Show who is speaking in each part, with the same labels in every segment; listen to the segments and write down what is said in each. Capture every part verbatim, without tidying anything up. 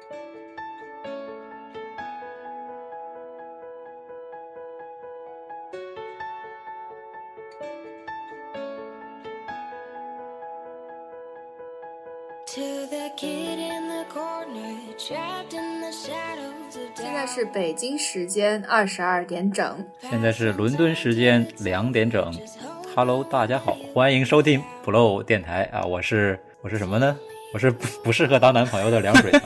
Speaker 1: 现在是北京时间二十二点整，
Speaker 2: 现在是伦敦时间两点整。Hello， 大家好，欢迎收听 Flow 电台啊！我是我是什么呢？我是 不, 不适合当男朋友的凉水、啊。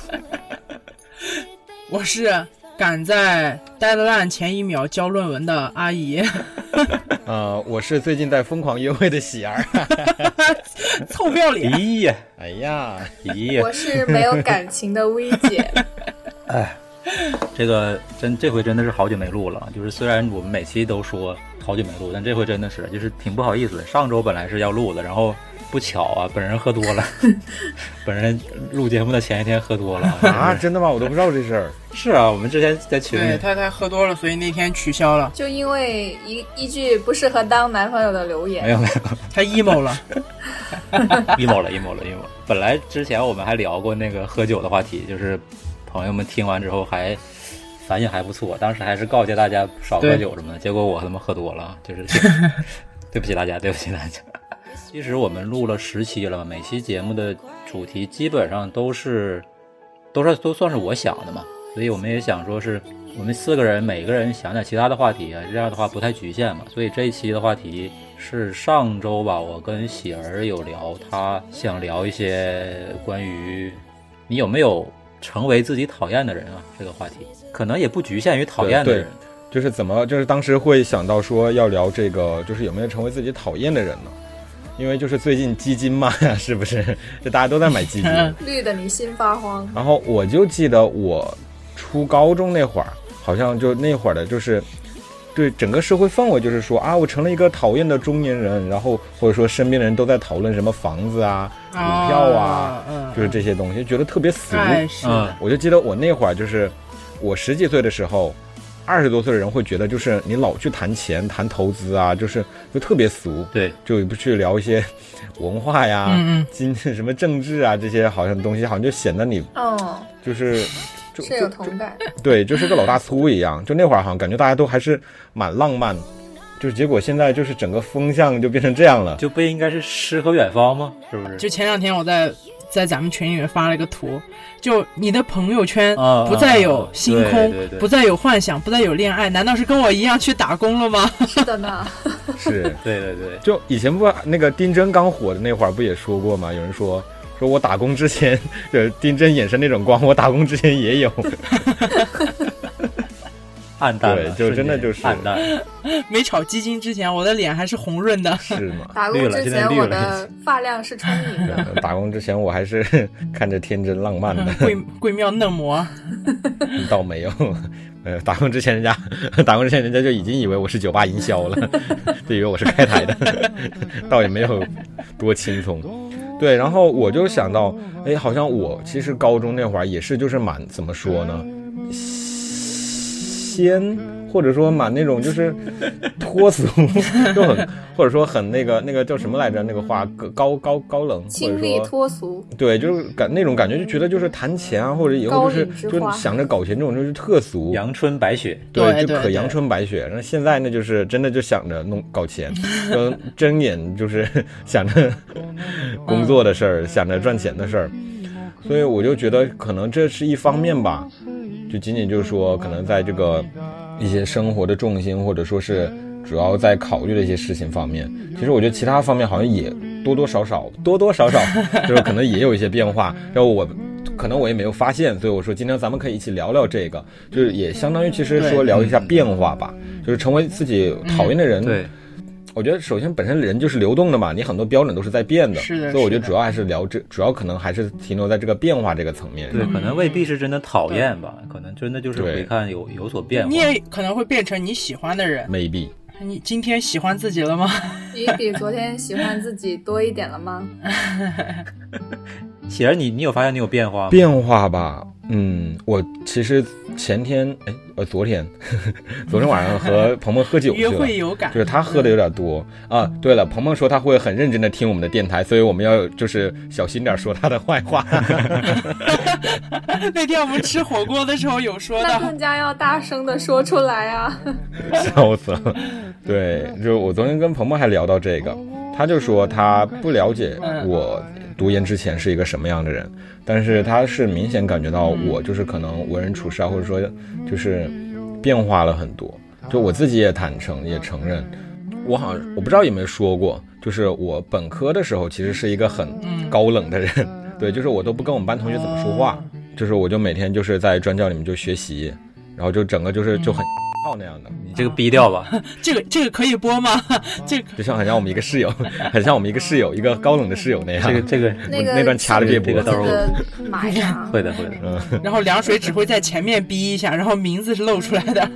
Speaker 3: 我是赶在 deadline 前一秒交论文的阿姨。
Speaker 4: 呃，我是最近在疯狂约会的喜儿。
Speaker 3: 臭不要脸！
Speaker 2: 哎呀，
Speaker 4: 哎呀，
Speaker 2: 哎呀！
Speaker 1: 我是没有感情的薇姐。
Speaker 2: 哎，这个真这回真的是好久没录了。就是虽然我们每期都说好久没录，但这回真的是就是挺不好意思的。上周本来是要录的，然后不巧啊，本人喝多了。本人录节目的前一天喝多了
Speaker 4: 啊！真的吗？我都不知道这事儿。
Speaker 2: 是啊，我们之前在群里，
Speaker 3: 对，太太喝多了，所以那天取消了。
Speaker 1: 就因为一一句不适合当男朋友的留言。
Speaker 2: 没有没有，
Speaker 3: 他 emo 了。
Speaker 2: emo 了 emo 了 emo 了。本来之前我们还聊过那个喝酒的话题，就是朋友们听完之后还反应还不错，当时还是告诫大家少喝酒什么的，结果我他妈喝多了，就是对不起大家，对不起大家。其实我们录了十期了，每期节目的主题基本上都是都是都算是我想的嘛，所以我们也想说是我们四个人每个人想点其他的话题啊，这样的话不太局限嘛。所以这一期的话题是上周吧，我跟喜儿有聊，他想聊一些关于你有没有成为自己讨厌的人啊，这个话题可能也不局限于讨厌的人，
Speaker 4: 对，就是怎么就是当时会想到说要聊这个，就是有没有成为自己讨厌的人呢？因为就是最近基金嘛，是不是？就大家都在买基金，
Speaker 1: 绿的你心发慌。
Speaker 4: 然后我就记得我初高中那会儿，好像就那会儿的，就是对整个社会氛围，就是说啊，我成了一个讨厌的中年人，然后或者说身边的人都在讨论什么房子啊、股票啊，哦、就是这些东西，觉得特别俗。
Speaker 3: 嗯，
Speaker 4: 我就记得我那会儿就是我十几岁的时候。二十多岁的人会觉得，就是你老去谈钱、谈投资啊，就是就特别俗。
Speaker 2: 对，
Speaker 4: 就不去聊一些文化呀、
Speaker 3: 嗯嗯
Speaker 4: 经什么政治啊这些好像东西，好像就显得你
Speaker 1: 哦，
Speaker 4: 就是就
Speaker 1: 是有同感。
Speaker 4: 对，就是个老大粗一样。就那会儿好像感觉大家都还是蛮浪漫，就是结果现在就是整个风向就变成这样了，
Speaker 2: 就不应该是诗和远方吗？是不是？
Speaker 3: 就前两天我在。在咱们群里面发了一个图，就你的朋友圈不再有星空、啊啊、对对对，不再有幻想，不再有恋爱，难道是跟我一样去打工了吗？
Speaker 1: 是的呢。
Speaker 4: 是，
Speaker 2: 对对对。
Speaker 4: 就以前不那个丁真刚火的那会儿不也说过吗？有人说说我打工之前，就丁真眼神那种光，我打工之前也有。
Speaker 2: 暗淡了，
Speaker 4: 对，就真的就是
Speaker 2: 暗淡。
Speaker 3: 没炒基金之前，我的脸还是红润的。
Speaker 4: 是吗？
Speaker 1: 打工之前，我的发量是充盈的。
Speaker 4: 打工之前，我还是看着天真浪漫的。
Speaker 3: 桂桂妙嫩模，
Speaker 4: 倒没有。呃，打工之前人家，打工之前人家就已经以为我是酒吧营销了，就以为我是开台的，倒也没有多轻松。对，然后我就想到，哎，好像我其实高中那会儿也是，就是蛮怎么说呢？先或者说蛮那种就是脱俗，就很或者说很那个那个叫什么来着？那个话高高高冷，
Speaker 1: 清丽脱俗。
Speaker 4: 对，就是感那种感觉，就觉得就是谈钱啊，或者以后就是就想着搞钱这种就是特俗，
Speaker 2: 阳春白雪。
Speaker 4: 对，就可阳春白雪。然后现在呢，就是真的就想着弄搞钱，就睁眼就是想着工作的事儿，想着赚钱的事儿。所以我就觉得可能这是一方面吧。就仅仅就是说可能在这个一些生活的重心或者说是主要在考虑的一些事情方面，其实我觉得其他方面好像也多多少少多多少少就是可能也有一些变化，然后我可能我也没有发现，所以我说今天咱们可以一起聊聊这个，就是也相当于其实说聊一下变化吧，就是成为自己讨厌的人、
Speaker 2: 嗯、对，
Speaker 4: 我觉得首先本身人就是流动的嘛，你很多标准都是在变的，
Speaker 3: 是的，
Speaker 4: 所以我觉得主要还是聊这，主要可能还是停留在这个变化这个层面上。
Speaker 2: 对，可能未必是真的讨厌吧，可能真的就是回看有有所变化。
Speaker 3: 你也可能会变成你喜欢的人
Speaker 4: ，maybe。
Speaker 3: 你今天喜欢自己了吗？
Speaker 1: 你比昨天喜欢自己多一点了吗？
Speaker 2: 喜儿，你你有发现你有变化吗？
Speaker 4: 变化吧，嗯，我其实前天，哎，呃，昨天，呵呵昨天晚上和鹏鹏喝酒去了，
Speaker 3: 约会有感，
Speaker 4: 就是他喝的有点多、嗯、啊。对了，鹏鹏说他会很认真的听我们的电台，所以我们要就是小心点说他的坏话。
Speaker 3: 那天我们吃火锅的时候有说到，
Speaker 1: 那更加要大声的说出来啊！
Speaker 4: 笑死了。对，就我昨天跟鹏鹏还聊到这个，他就说他不了解我读研之前是一个什么样的人，但是他是明显感觉到我就是可能为人处事啊，或者说就是变化了很多。就我自己也坦诚也承认，我好像我不知道有没有说过，就是我本科的时候其实是一个很高冷的人，对，就是我都不跟我们班同学怎么说话，就是我就每天就是在专教里面就学习，然后就整个就是就很那样的。
Speaker 2: 你这个逼掉吧。
Speaker 3: 这个这个可以播吗？这个
Speaker 4: 就像很像我们一个室友，很像我们一个室友，一个高冷的室友那样。
Speaker 2: 这个这个
Speaker 1: 那个
Speaker 4: 那段掐了这播，
Speaker 2: 这个到时候
Speaker 1: 埋上。
Speaker 2: 会的会的。
Speaker 4: 嗯。
Speaker 3: 然后凉水只会在前面逼一下，然后名字是露出来的。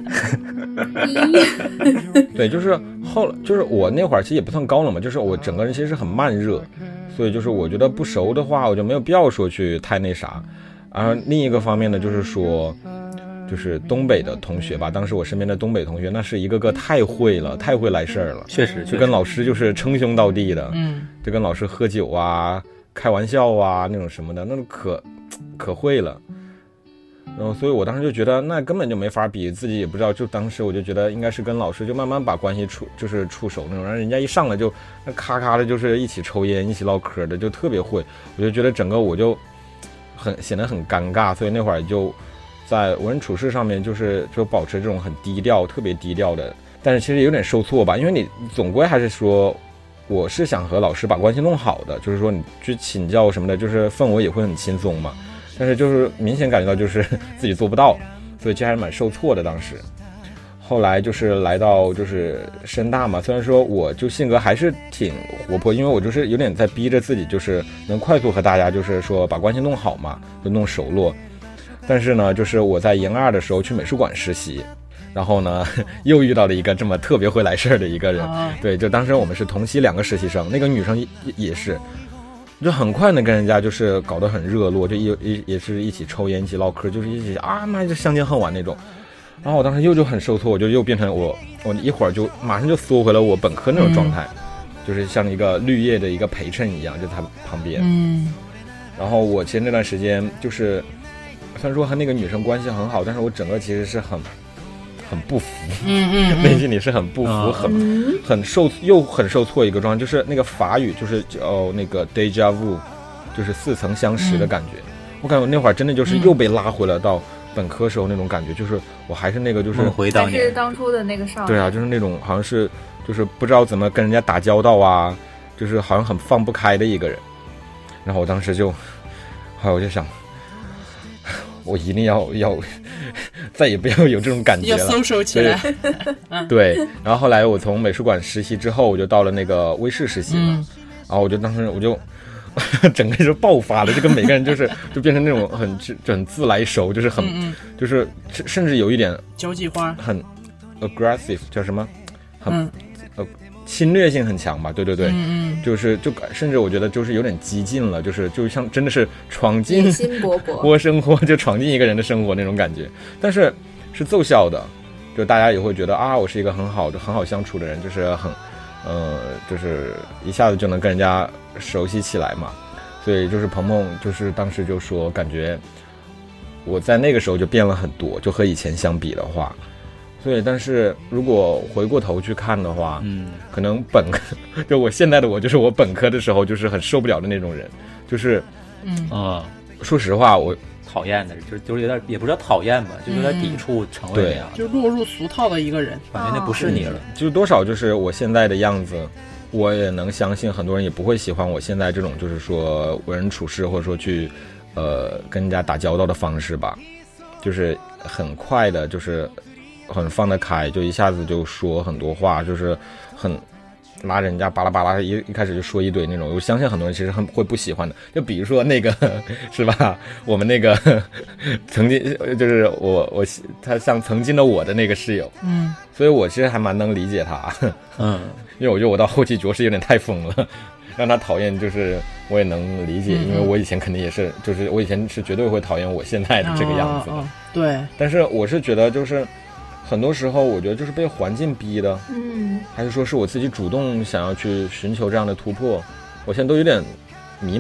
Speaker 4: 对，就是后来就是我那会儿其实也不算高冷嘛，就是我整个人其实很慢热，所以就是我觉得不熟的话，我就没有必要说去太那啥。然后另一个方面呢，就是说。就是东北的同学吧，当时我身边的东北同学，那是一个个太会了，太会来事儿了，
Speaker 2: 确实，
Speaker 4: 就跟老师就是称兄道弟的，
Speaker 3: 嗯，
Speaker 4: 就跟老师喝酒啊、开玩笑啊那种什么的，那种可可会了。然后，所以我当时就觉得那根本就没法比，自己也不知道，就当时我就觉得应该是跟老师就慢慢把关系处就是处熟那种，然后人家一上来就那咔咔的，就是一起抽烟、一起唠嗑的，就特别会，我就觉得整个我就很显得很尴尬，所以那会儿就。在为人处事上面，就是就保持这种很低调、特别低调的，但是其实有点受挫吧，因为你总归还是说，我是想和老师把关系弄好的，就是说你去请教什么的，就是氛围也会很轻松嘛。但是就是明显感觉到就是自己做不到，所以其实还是蛮受挫的当时。后来就是来到就是深大嘛，虽然说我就性格还是挺活泼，因为我就是有点在逼着自己，就是能快速和大家就是说把关系弄好嘛，就弄熟络。但是呢，就是我在研二的时候去美术馆实习，然后呢又遇到了一个这么特别会来事儿的一个人、哦、对，就当时我们是同期两个实习生，那个女生 也, 也是就很快的跟人家就是搞得很热络，就一一也是一起抽烟一起唠嗑，就是一起啊妈就相见恨晚那种。然后我当时又就很受挫，我就又变成我我一会儿就马上就缩回了我本科那种状态、嗯、就是像一个绿叶的一个陪衬一样，就他旁边。
Speaker 3: 嗯，
Speaker 4: 然后我其实那段时间就是虽然说和那个女生关系很好，但是我整个其实是很很不服，
Speaker 3: 嗯嗯，
Speaker 4: 内心里是很不服，
Speaker 3: 嗯、
Speaker 4: 很很受又很受挫一个状态，就是那个法语就是哦那个 déjà vu， 就是似曾相识的感觉、嗯。我感觉我那会儿真的就是又被拉回了到本科时候那种感觉，就是我还是那个就是
Speaker 2: 回当
Speaker 1: 年，还是当初的那个少年。
Speaker 4: 对啊，就是那种好像是就是不知道怎么跟人家打交道啊，就是好像很放不开的一个人。然后我当时就，后来我就想。我一定要要再也不要有这种感觉了，
Speaker 3: 要搜收起来。
Speaker 4: 对，然后后来我从美术馆实习之后，我就到了那个微视实习嘛、嗯，然后我就当时我就整个就爆发了，就跟每个人就是就变成那种很就很自来熟，就是很、嗯、就是甚至有一点
Speaker 3: 交际花，
Speaker 4: 很 aggressive 叫什么，很、
Speaker 3: 嗯、
Speaker 4: 呃侵略性很强吧，对对对，
Speaker 3: 嗯嗯，
Speaker 4: 就是就甚至我觉得就是有点激进了，就是就像真的是闯进
Speaker 1: 野心勃勃
Speaker 4: 过生活，就闯进一个人的生活那种感觉，但是是奏效的，就大家也会觉得啊，我是一个很好的很好相处的人，就是很呃就是一下子就能跟人家熟悉起来嘛，所以就是鹏鹏就是当时就说感觉我在那个时候就变了很多，就和以前相比的话。所以，但是如果回过头去看的话，嗯，可能本科就我现在的我，就是我本科的时候就是很受不了的那种人，就是，
Speaker 3: 嗯
Speaker 2: 啊、
Speaker 4: 嗯，说实话，我
Speaker 2: 讨厌的，就是就是有点也不知道讨厌吧，就有点抵触成为那样、
Speaker 3: 嗯，就落入俗套的一个人，
Speaker 2: 感觉那不是你了，
Speaker 4: 就多少就是我现在的样子，我也能相信很多人也不会喜欢我现在这种就是说为人处事或者说去呃跟人家打交道的方式吧，就是很快的，就是。很放得开，就一下子就说很多话，就是很拉人家巴拉巴拉一一开始就说一堆那种，我相信很多人其实很会不喜欢的。就比如说那个是吧，我们那个曾经就是我我他像曾经的我的那个室友，
Speaker 3: 嗯，
Speaker 4: 所以我其实还蛮能理解他，
Speaker 2: 嗯，
Speaker 4: 因为我觉得我到后期着实有点太疯了。让他讨厌，就是我也能理解，因为我以前肯定也是，就是我以前是绝对会讨厌我现在的这个样子的。
Speaker 3: 哦哦、对，
Speaker 4: 但是我是觉得就是很多时候我觉得就是被环境逼的，
Speaker 1: 嗯，
Speaker 4: 还是说是我自己主动想要去寻求这样的突破，我现在都有点迷茫了，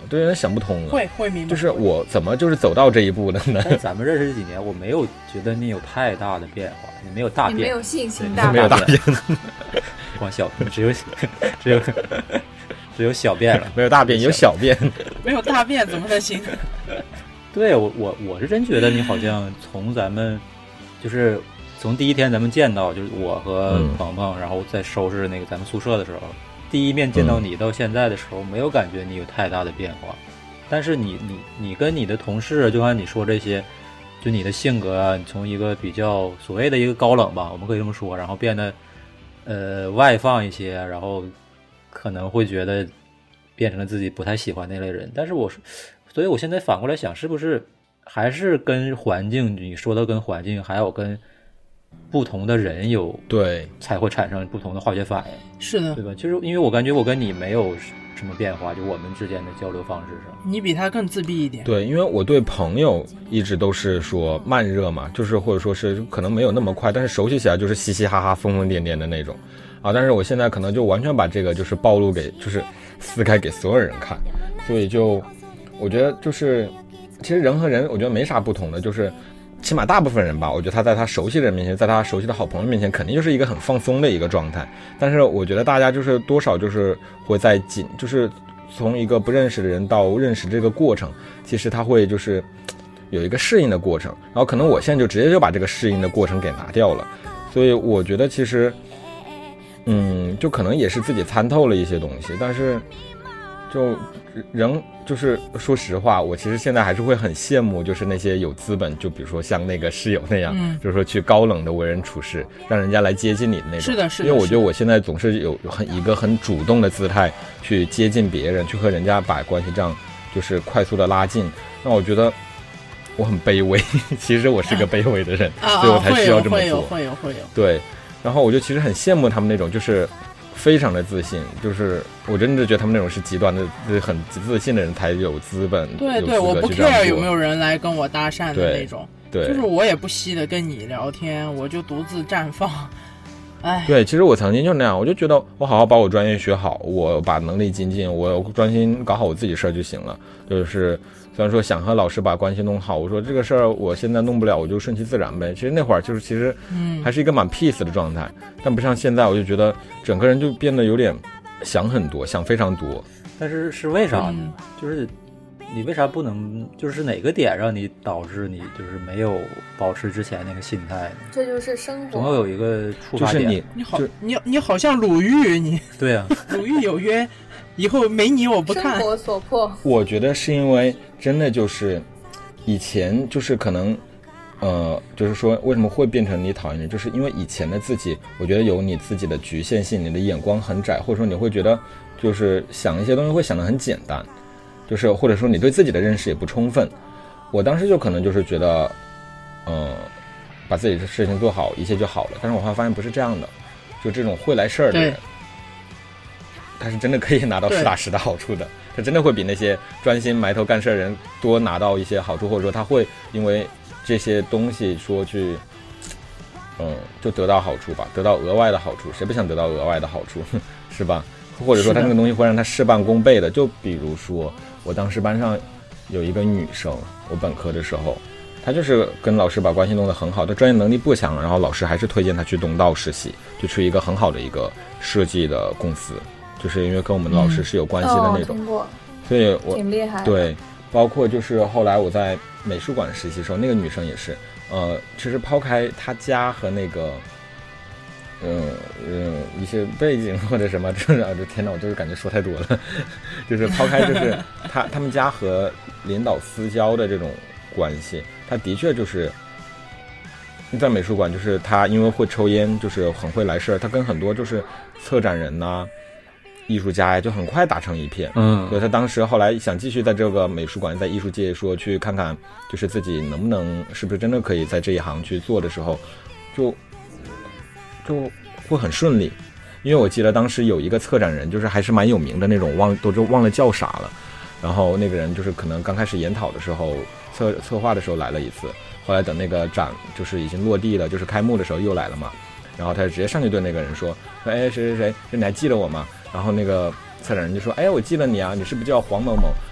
Speaker 4: 对人想不通了，
Speaker 3: 会会明白，
Speaker 4: 就是我怎么就是走到这一步的呢？
Speaker 2: 但咱们认识这几年，我没有觉得你有太大的变化，你没有大变，
Speaker 1: 你没有信心大变，
Speaker 4: 没有大变，
Speaker 2: 光小只有只有只有小变了，
Speaker 4: 没有大变，有小变，
Speaker 3: 没有大变怎么能行？
Speaker 2: 对我我我是真觉得你好像从咱们就是从第一天咱们见到，就是我和鹏鹏、嗯，然后在收拾那个咱们宿舍的时候，第一面见到你到现在的时候，没有感觉你有太大的变化。但是你你你跟你的同事，就像你说这些，就你的性格啊，你从一个比较所谓的一个高冷吧，我们可以这么说，然后变得呃外放一些，然后可能会觉得变成了自己不太喜欢那类人。但是我是。所以我现在反过来想，是不是还是跟环境，你说的跟环境还有跟不同的人有
Speaker 4: 对
Speaker 2: 才会产生不同的化学反应，
Speaker 3: 是的，
Speaker 2: 对吧？就是因为我感觉我跟你没有什么变化，就我们之间的交流方式上，
Speaker 3: 你比他更自闭一点。
Speaker 4: 对，因为我对朋友一直都是说慢热嘛，就是或者说是可能没有那么快，但是熟悉起来就是嘻嘻哈哈疯疯癫癫的那种啊。但是我现在可能就完全把这个就是暴露给就是撕开给所有人看，所以就我觉得就是其实人和人我觉得没啥不同的，就是起码大部分人吧，我觉得他在他熟悉的人面前，在他熟悉的好朋友面前肯定就是一个很放松的一个状态。但是我觉得大家就是多少就是会在紧，就是从一个不认识的人到认识这个过程，其实他会就是有一个适应的过程，然后可能我现在就直接就把这个适应的过程给拿掉了。所以我觉得其实嗯就可能也是自己参透了一些东西，但是就人就是说实话，我其实现在还是会很羡慕就是那些有资本，就比如说像那个室友那样、嗯、就是说去高冷的为人处事，让人家来接近你的那种。
Speaker 3: 是的是的，
Speaker 4: 因为我觉得我现在总是有有很一个很主动的姿态去接近别人，去和人家把关系这样就是快速的拉近，那我觉得我很卑微其实我是个卑微的人、啊、所以我才需要这么做。
Speaker 3: 会有会有会有
Speaker 4: 对，然后我就其实很羡慕他们那种就是非常的自信，就是我真的觉得他们那种是极端的很自信的人才有资本。
Speaker 3: 对对，我不 care 有没有人来跟我搭讪的那种。
Speaker 4: 对，
Speaker 3: 就是我也不稀得跟你聊天，我就独自绽放。哎，
Speaker 4: 对，其实我曾经就那样，我就觉得我好好把我专业学好，我把能力精进，我专心搞好我自己事儿就行了。就是虽然说想和老师把关系弄好，我说这个事儿我现在弄不了，我就顺其自然呗。其实那会儿就是其实还是一个蛮 peace 的状态、嗯、但不像现在，我就觉得整个人就变得有点想很多，想非常多。
Speaker 2: 但是是为啥呢、嗯、就是你为啥不能，就是哪个点让你导致你就是没有保持之前那个心态呢？
Speaker 1: 这就是生活，
Speaker 2: 总要有一个出发点。
Speaker 4: 就是你
Speaker 3: 你好你你好像鲁豫，你
Speaker 2: 对啊，
Speaker 3: 鲁豫有约，以后没你我不看。
Speaker 1: 生活所迫。
Speaker 4: 我觉得是因为真的就是以前就是可能呃就是说为什么会变成你讨厌人，就是因为以前的自己我觉得有你自己的局限性，你的眼光很窄，或者说你会觉得就是想一些东西会想得很简单，就是或者说你对自己的认识也不充分。我当时就可能就是觉得嗯、呃，把自己的事情做好一切就好了，但是我后来发现不是这样的，就这种会来事儿的人他是真的可以拿到实打实的好处的，他真的会比那些专心埋头干事的人多拿到一些好处，或者说他会因为这些东西说去嗯，就得到好处吧，得到额外的好处，谁不想得到额外的好处是吧？或者说他那个东西会让他事半功倍的。就比如说我当时班上有一个女生，我本科的时候她就是跟老师把关系弄得很好，她专业能力不强，然后老师还是推荐她去东道实习，就去一个很好的一个设计的公司，就是因为跟我们的老师是有关系的那种、
Speaker 1: 嗯哦、
Speaker 4: 所以我
Speaker 1: 挺厉害的。
Speaker 4: 对，包括就是后来我在美术馆实习的时候，那个女生也是呃，其实抛开她家和那个嗯嗯，一些背景或者什么，就是啊，这天哪，我就是感觉说太多了，就是抛开就是他他们家和领导私交的这种关系，他的确就是在美术馆，就是他因为会抽烟，就是很会来事儿，他跟很多就是策展人呐、啊、艺术家呀，就很快打成一片。嗯，所以他当时后来想继续在这个美术馆，在艺术界说去看看，就是自己能不能是不是真的可以在这一行去做的时候，就。就会很顺利，因为我记得当时有一个策展人，就是还是蛮有名的那种，忘都就忘了叫啥了。然后那个人就是可能刚开始研讨的时候，策策划的时候来了一次，后来等那个展就是已经落地了，就是开幕的时候又来了嘛。然后他就直接上去对那个人说：“说哎谁谁谁，你还记得我吗？”然后那个策展人就说：“哎，我记得你啊，你是不是叫黄某某？”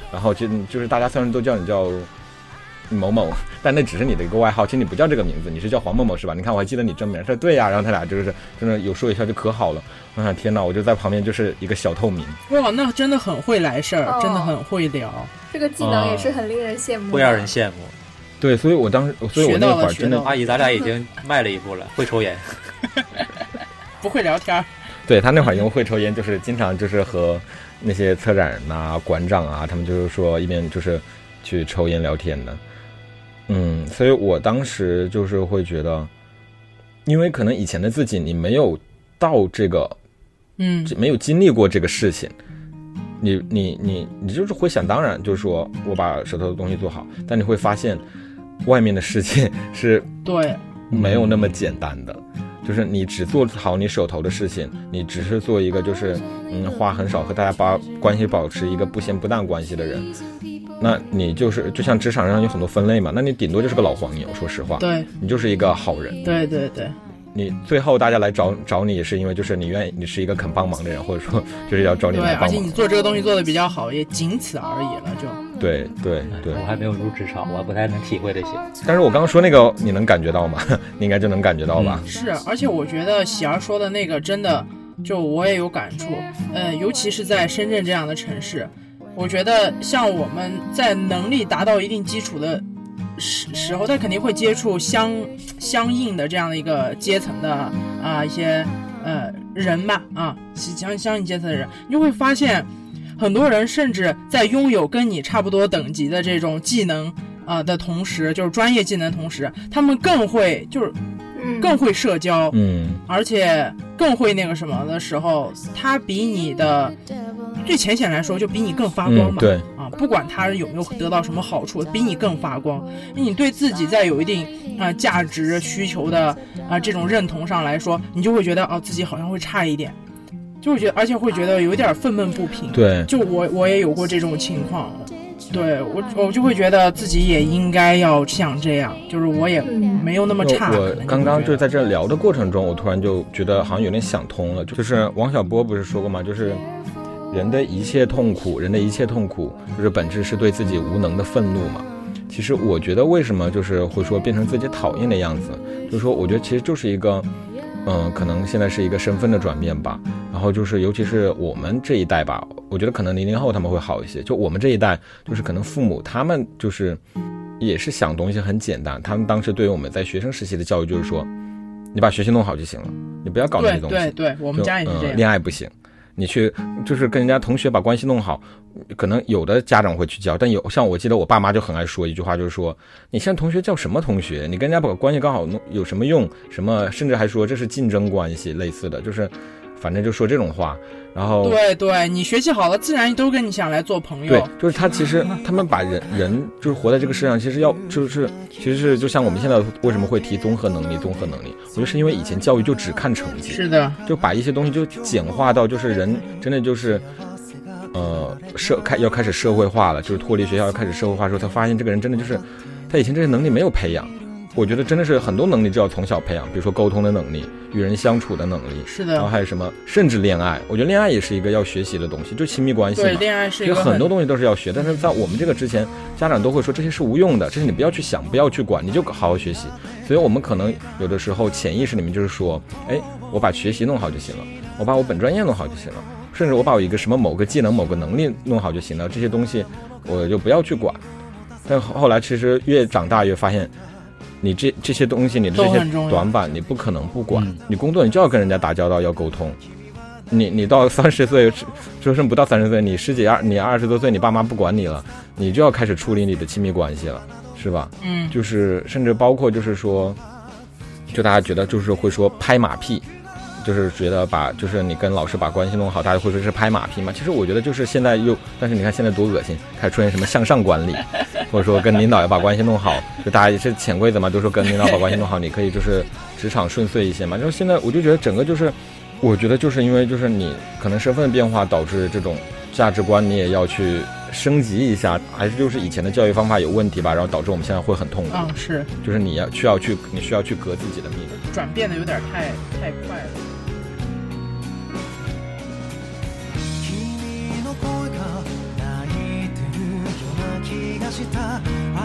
Speaker 4: 然后就就是大家虽然都叫你叫某某，但那只是你的一个外号，其实你不叫这个名字，你是叫黄某某是吧？你看我还记得你真名，说对呀、啊，然后他俩就是真的有说一笑就可好了。我想天哪，我就在旁边就是一个小透明。
Speaker 3: 哇，那真的很会来事儿、哦，真的很会聊。
Speaker 1: 这个技能也是很令人羡慕、
Speaker 2: 哦，会让人羡慕。
Speaker 4: 对，所以我当时，所以我那会儿真的，
Speaker 2: 阿姨，咱俩已经迈了一步了，会抽烟，
Speaker 3: 不会聊天。
Speaker 4: 对他那会儿因为会抽烟，就是经常就是和那些策展人啊、馆长啊，他们就是说一边就是去抽烟聊天的。嗯，所以我当时就是会觉得，因为可能以前的自己你没有到这个，
Speaker 3: 嗯，
Speaker 4: 没有经历过这个事情，你你你你就是会想当然，就是说我把手头的东西做好，但你会发现外面的世界是
Speaker 3: 对
Speaker 4: 没有那么简单的。就是你只做好你手头的事情，你只是做一个就是嗯话很少和大家把关系保持一个不咸不淡关系的人，那你就是就像职场上有很多分类嘛，那你顶多就是个老黄牛，说实话，
Speaker 3: 对，
Speaker 4: 你就是一个好人，
Speaker 3: 对对对，
Speaker 4: 你最后大家来找找你是因为就是你愿意，你是一个肯帮忙的人，或者说就是要找你来帮忙，
Speaker 3: 对，而且你做这个东西做得比较好，也仅此而已了，就
Speaker 4: 对对对。
Speaker 2: 我还没有入职场，我还不太能体会这些。
Speaker 4: 但是我刚刚说那个，你能感觉到吗？你应该就能感觉到吧？
Speaker 3: 嗯、是，而且我觉得喜儿说的那个真的，就我也有感触。呃，尤其是在深圳这样的城市，我觉得像我们在能力达到一定基础的时时候，他肯定会接触相相应的这样的一个阶层的啊、呃、一些呃人吧啊相相应阶层的人，你就会发现。很多人甚至在拥有跟你差不多等级的这种技能啊、呃、的同时，就是专业技能的同时，他们更会就是更会社交，
Speaker 4: 嗯，
Speaker 3: 而且更会那个什么的时候，他比你的最浅显来说就比你更发光嘛，
Speaker 4: 嗯、对
Speaker 3: 啊，不管他有没有得到什么好处，比你更发光。你对自己在有一定啊、呃、价值需求的啊、呃、这种认同上来说，你就会觉得哦自己好像会差一点。就会觉得，而且会觉得有点愤懑不平。
Speaker 4: 对，
Speaker 3: 就我我也有过这种情况，对我我就会觉得自己也应该要像这样，就是我也没有那么差。
Speaker 4: 我刚刚就是在这聊的过程中，我突然就觉得好像有点想通了，就是王小波不是说过吗？就是人的一切痛苦，人的一切痛苦，就是本质是对自己无能的愤怒嘛。其实我觉得为什么就是会说变成自己讨厌的样子，就是说我觉得其实就是一个。嗯，可能现在是一个身份的转变吧，然后就是尤其是我们这一代吧，我觉得可能零零后他们会好一些，就我们这一代就是可能父母他们就是也是想东西很简单，他们当时对于我们在学生时期的教育就是说你把学习弄好就行了，你不要搞那些东西。
Speaker 3: 对对对，我们家也是这样、
Speaker 4: 嗯、恋爱不行，你去就是跟人家同学把关系弄好，可能有的家长会去教，但有像我记得我爸妈就很爱说一句话，就是说你现在同学叫什么同学，你跟人家把关系刚好弄有什么用，什么甚至还说这是竞争关系，类似的就是反正就说这种话。然后
Speaker 3: 对对，你学习好了自然都跟你想来做朋友。
Speaker 4: 对，就是他其实他们把人人就是活在这个世上，其实要就是其实是就像我们现在为什么会提综合能力综合能力，我觉得是因为以前教育就只看成绩，
Speaker 3: 是的，
Speaker 4: 就把一些东西就简化到就是人真的就是呃社开要开始社会化了，就是脱离学校要开始社会化的时候，才发现这个人真的就是他以前这些能力没有培养。我觉得真的是很多能力就要从小培养，比如说沟通的能力、与人相处的能力，
Speaker 3: 是的，
Speaker 4: 然后还有什么，甚至恋爱，我觉得恋爱也是一个要学习的东西，就亲密关系嘛。
Speaker 3: 对，恋爱是一个
Speaker 4: 很多东西都是要学，但是在我们这个之前，家长都会说这些是无用的，这些你不要去想，不要去管，你就好好学习。所以我们可能有的时候潜意识里面就是说，哎，我把学习弄好就行了，我把我本专业弄好就行了，甚至我把我一个什么某个技能、某个能力弄好就行了，这些东西我就不要去管。但后来其实越长大越发现。你这这些东西，你的这些短板，你不可能不管。你工作你就要跟人家打交道，要沟通。你你到三十岁，就剩不到三十岁，你十几二，你二十多岁，你爸妈不管你了，你就要开始处理你的亲密关系了，是吧？
Speaker 3: 嗯，
Speaker 4: 就是甚至包括就是说，就大家觉得就是会说拍马屁。就是觉得把就是你跟老师把关系弄好，大家会说是拍马屁嘛？其实我觉得就是现在又，但是你看现在多恶心，开始出现什么向上管理，或者说跟领导要把关系弄好，就大家也是潜规则嘛，都说跟领导把关系弄好，你可以就是职场顺遂一些嘛。然后现在我就觉得整个就是，我觉得就是因为就是你可能身份的变化导致这种价值观你也要去升级一下，还是就是以前的教育方法有问题吧，然后导致我们现在会很痛苦。
Speaker 3: 嗯，是，
Speaker 4: 就是你要需要去你需要去革自己的命，
Speaker 3: 转变的有点太太快了。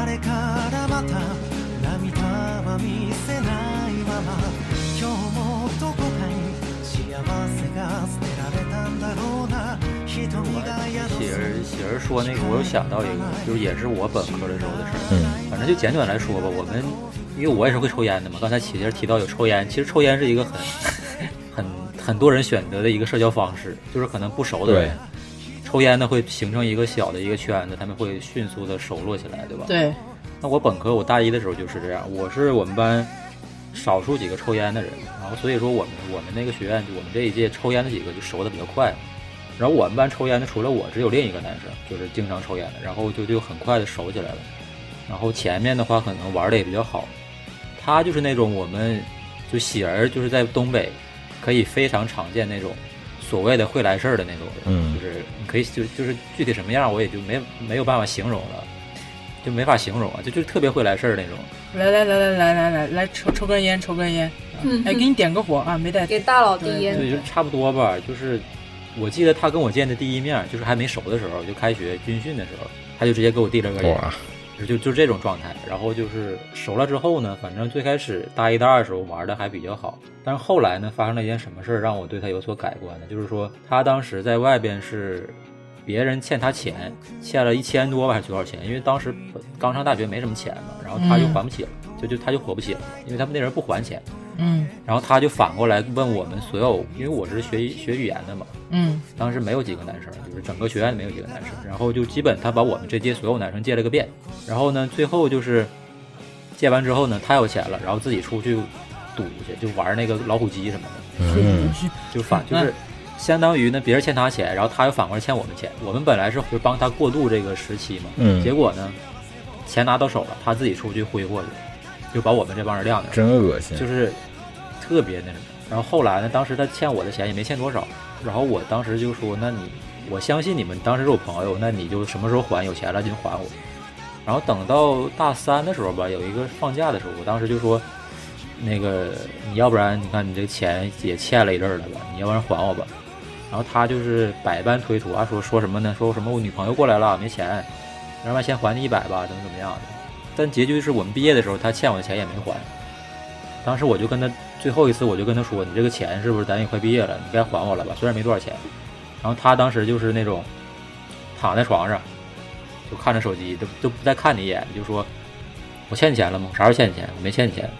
Speaker 5: あれからまた涙は見せないまま今日もどこかに幸せが捨てられたんだろうな瞳が宿
Speaker 2: 喜儿喜儿说那个，我有想到一个，就是也是我本科的时候的事儿。
Speaker 4: 嗯，
Speaker 2: 反正就简短来说吧，我们因为我也是会抽烟的嘛。刚才喜儿提到有抽烟，其实抽烟是一个很很很多人选择的一个社交方式，就是可能不熟的人抽烟呢会形成一个小的一个圈子，他们会迅速的熟络起来，对吧？
Speaker 3: 对。
Speaker 2: 那我本科我大一的时候就是这样，我是我们班少数几个抽烟的人，然后所以说我们我们那个学院我们这一届抽烟的几个就熟的比较快。然后我们班抽烟的除了我只有另一个男生就是经常抽烟的，然后就就很快的熟起来了。然后前面的话可能玩的也比较好，他就是那种我们就喜儿就是在东北可以非常常见那种所谓的会来事儿的那种人，
Speaker 4: 嗯，
Speaker 2: 就是你可以就就是具体什么样我也就没没有办法形容了，就没法形容啊，就就特别会来事儿那种。
Speaker 3: 来来来来来来来来抽抽根烟，抽根烟，
Speaker 1: 嗯，
Speaker 3: 哎，给你点个火啊，没带，
Speaker 1: 给大佬递烟，
Speaker 2: 对，就差不多吧。就是我记得他跟我见的第一面，就是还没熟的时候，就开学军训的时候，他就直接给我递了根烟，就就这种状态。然后就是熟了之后呢，反正最开始大一大二的时候玩的还比较好，但是后来呢，发生了一件什么事儿让我对他有所改观呢？就是说他当时在外边是别人欠他钱，欠了一千多吧还是多少钱？因为当时刚上大学没什么钱嘛，然后他就还不起了，嗯、就就他就活不起了，因为他们那人不还钱。
Speaker 3: 嗯，
Speaker 2: 然后他就反过来问我们所有，因为我是学学语言的嘛，
Speaker 3: 嗯，
Speaker 2: 当时没有几个男生，就是整个学院没有几个男生，然后就基本他把我们这届所有男生借了个遍，然后呢，最后就是借完之后呢，他有钱了，然后自己出去赌去，就玩那个老虎机什么的，
Speaker 4: 嗯，
Speaker 2: 就反就是相当于呢，别人欠他钱，然后他又反过来欠我们钱，我们本来是就是帮他过渡这个时期嘛，
Speaker 4: 嗯，
Speaker 2: 结果呢，钱拿到手了，他自己出去挥霍去。就把我们这帮人晾着，
Speaker 4: 真恶心，
Speaker 2: 就是特别那什么。然后后来呢，当时他欠我的钱也没欠多少，然后我当时就说，那你我相信你们当时是我朋友，那你就什么时候还，有钱了就还我。然后等到大三的时候吧，有一个放假的时候，我当时就说，那个你要不然你看你这个钱也欠了一阵了吧，你要不然还我吧。然后他就是百般推脱啊，说说什么呢？说什么我女朋友过来了没钱，要不然先还你一百吧，怎么怎么样的。但结局是我们毕业的时候，他欠我的钱也没还。当时我就跟他最后一次，我就跟他说：“你这个钱是不是咱也快毕业了？你该还我了吧？虽然没多少钱。”然后他当时就是那种躺在床上，就看着手机，都都不再看你一眼，就说：“我欠你钱了吗？啥时候欠你钱？我没欠你钱。”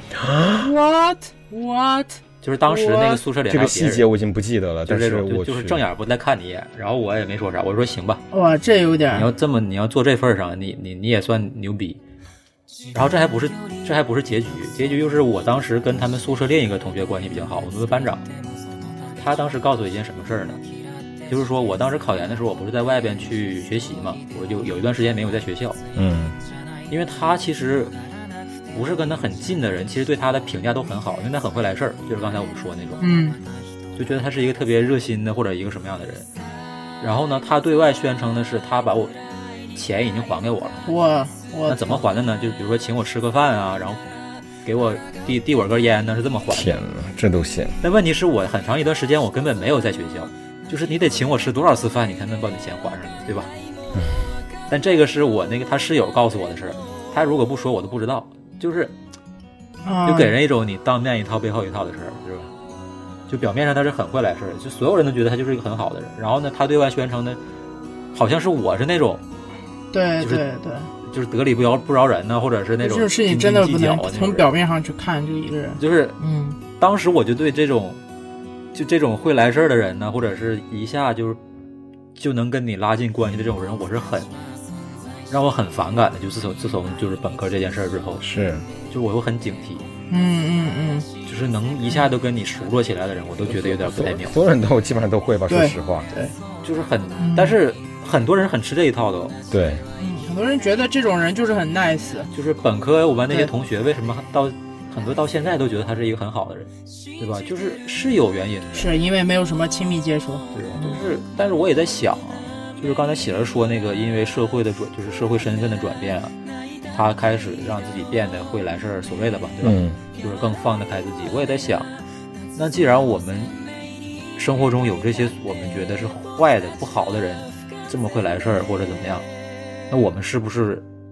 Speaker 3: What what？
Speaker 2: 就是当时那个宿舍里
Speaker 4: 这个细节我已经不记得了，但是我
Speaker 2: 就是正眼不再看你一眼，然后我也没说啥，我说行吧。
Speaker 3: 哇，这有点。
Speaker 2: 你要这么你要做这份上，你你你也算牛逼。然后这还不是这还不是结局，结局就是我当时跟他们宿舍另一个同学关系比较好，我们的班长，他当时告诉我一件什么事儿呢？就是说我当时考研的时候，我不是在外边去学习嘛，我就有一段时间没有在学校，
Speaker 4: 嗯，
Speaker 2: 因为他其实不是跟他很近的人，其实对他的评价都很好，因为他很会来事儿，就是刚才我们说那种，
Speaker 3: 嗯，
Speaker 2: 就觉得他是一个特别热心的或者一个什么样的人。然后呢，他对外宣称的是他把我钱已经还给我了，
Speaker 3: 我。
Speaker 2: 那怎么还的呢？就比如说请我吃个饭啊，然后给我递递我根烟呢，是这么还的。
Speaker 4: 天哪，这都行。
Speaker 2: 但问题是我很长一段时间我根本没有在学校，就是你得请我吃多少次饭，你才能把你钱还上，对吧？
Speaker 4: 嗯。
Speaker 2: 但这个是我那个他室友告诉我的事儿，他如果不说我都不知道，就是就给人一种你当面一套背后一套的事儿，是吧？就表面上他是很会来事儿，就所有人都觉得他就是一个很好的人，然后呢，他对外宣称呢，好像是我是那种，
Speaker 3: 对
Speaker 2: 就是、
Speaker 3: 对对。
Speaker 2: 就是得理不饶不饶人呢，或者是那种
Speaker 3: 这种事情真的不能从表面上去看这一个人。
Speaker 2: 就是
Speaker 3: 嗯，
Speaker 2: 当时我就对这种就这种会来事儿的人呢，或者是一下就是就能跟你拉近关系的这种人，我是很让我很反感的。就自从自从就是本科这件事儿之后，
Speaker 4: 是
Speaker 2: 就我会很警惕。
Speaker 3: 嗯嗯嗯，
Speaker 2: 就是能一下都跟你熟络起来的人，我都觉得有点不太妙。
Speaker 4: 所有人都基本上都会吧，说实话。
Speaker 3: 对，
Speaker 2: 就是很，但是很多人很吃这一套的。
Speaker 4: 对。
Speaker 3: 很多人觉得这种人就是很 nice，
Speaker 2: 就是本科我班那些同学为什么到很多到现在都觉得他是一个很好的人，对吧？就是是有原因的，
Speaker 3: 是因为没有什么亲密接触。
Speaker 2: 对，就是，但是我也在想，就是刚才喜儿说那个，因为社会的转，就是社会身份的转变啊，他开始让自己变得会来事儿，所谓的吧，对吧？
Speaker 4: 嗯，
Speaker 2: 就是更放得开自己。我也在想，那既然我们生活中有这些我们觉得是坏的、不好的人，这么会来事儿或者怎么样。那我们是不是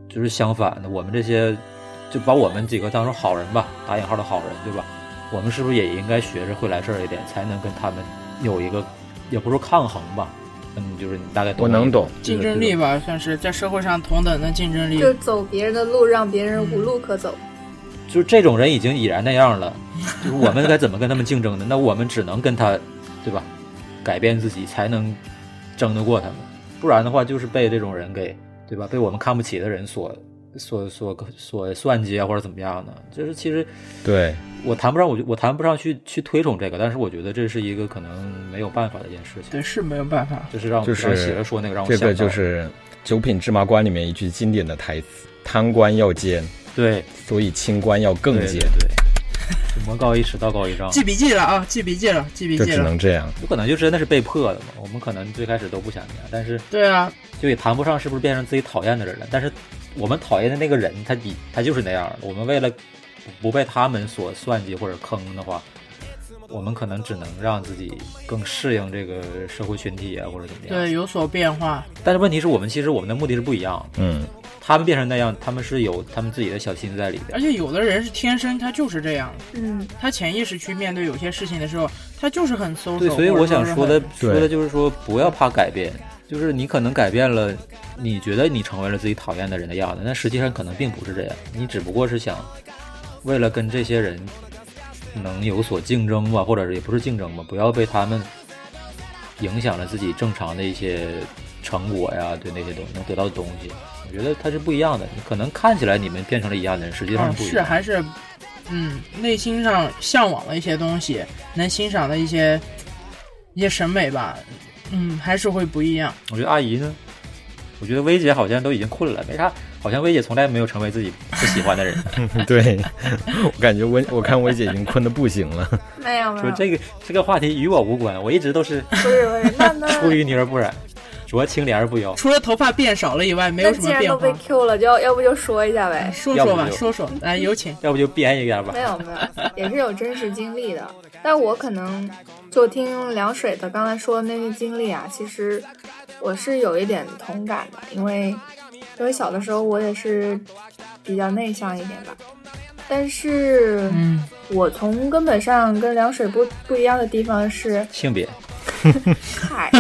Speaker 2: 就是相反的，我们这些就把我们几个当成好人吧，打引号的好人，对吧？我们是不是也应该学着会来事儿一点，才能跟他们有一个，也不是说抗衡吧，嗯，就是你大概懂
Speaker 4: 我能懂
Speaker 3: 竞争力吧，算是在社会上同等的竞争力，
Speaker 1: 就走别人的路，让别人无路可走。
Speaker 2: 就是这种人已经已然那样了，就是我们该怎么跟他们竞争呢？那我们只能跟他，对吧？改变自己才能争得过他们，不然的话就是被这种人给，对吧？被我们看不起的人所所所所算计啊，或者怎么样呢？就是其实
Speaker 4: 对
Speaker 2: 我谈不上，我我谈不上去去推崇这个，但是我觉得这是一个可能没有办法的一件事情。
Speaker 3: 对，是没有办法。
Speaker 2: 就是让
Speaker 4: 就是
Speaker 2: 让媳妇说那个让我
Speaker 4: 这
Speaker 2: 想到
Speaker 4: 个就是《九品芝麻官》里面一句经典的台词：贪官要奸，
Speaker 2: 对，
Speaker 4: 所以清官要更奸。
Speaker 2: 对对对，魔高一尺，道高一丈。
Speaker 3: 记笔记了啊，记笔记了，记笔
Speaker 4: 就只
Speaker 3: 记了。
Speaker 4: 能这样。
Speaker 2: 有可能就真的是被迫的嘛，我们可能最开始都不想这样，但是
Speaker 3: 对啊，
Speaker 2: 就也谈不上是不是变成自己讨厌的人了。但是我们讨厌的那个人，他比他就是那样的。我们为了不被他们所算计或者坑的话，我们可能只能让自己更适应这个社会群体啊，或者怎么样。
Speaker 3: 对，有所变化。
Speaker 2: 但是问题是我们其实我们的目的是不一样。
Speaker 4: 嗯，
Speaker 2: 他们变成那样，他们是有他们自己的小心思在里边。
Speaker 3: 而且有的人是天生他就是这样，
Speaker 1: 嗯，
Speaker 3: 他潜意识去面对有些事情的时候，他就是很搜索。
Speaker 2: 对，所以我想说的
Speaker 3: 说
Speaker 2: 的就是说，不要怕改变。就是你可能改变了，你觉得你成为了自己讨厌的人的样子，但实际上可能并不是这样。你只不过是想为了跟这些人能有所竞争吧，或者是也不是竞争吧，不要被他们影响了自己正常的一些成果呀，对那些东西能得到的东西，我觉得它是不一样的。你可能看起来你们变成了一样的人，实际上是不一样的。
Speaker 3: 哦、是还是嗯，内心上向往的一些东西，能欣赏的一些一些审美吧。嗯，还是会不一样。
Speaker 2: 我觉得阿姨呢，我觉得薇姐好像都已经困了，没啥，好像薇姐从来没有成为自己不喜欢的人。
Speaker 4: 对，我感觉薇，我看薇姐已经困得不行了。
Speaker 1: 没有没有，
Speaker 2: 说这个这个话题与我无关，我一直都是
Speaker 1: 不是不是，那那
Speaker 2: 出淤泥而不染，濯清涟而不妖。
Speaker 3: 除了头发变少了以外，没有什么变化。
Speaker 1: 那既然都被 Q 了，就要要不就说一下呗。
Speaker 3: 说说吧，说说，来有请。
Speaker 2: 要不就编一下吧。
Speaker 1: 没有没有，也是有真实经历的。但我可能就听凉水的刚才说的那些经历啊，其实我是有一点同感的，因为因为小的时候我也是比较内向一点吧。但是，
Speaker 3: 嗯，
Speaker 1: 我从根本上跟凉水不不一样的地方是
Speaker 2: 性别。
Speaker 1: 嗨，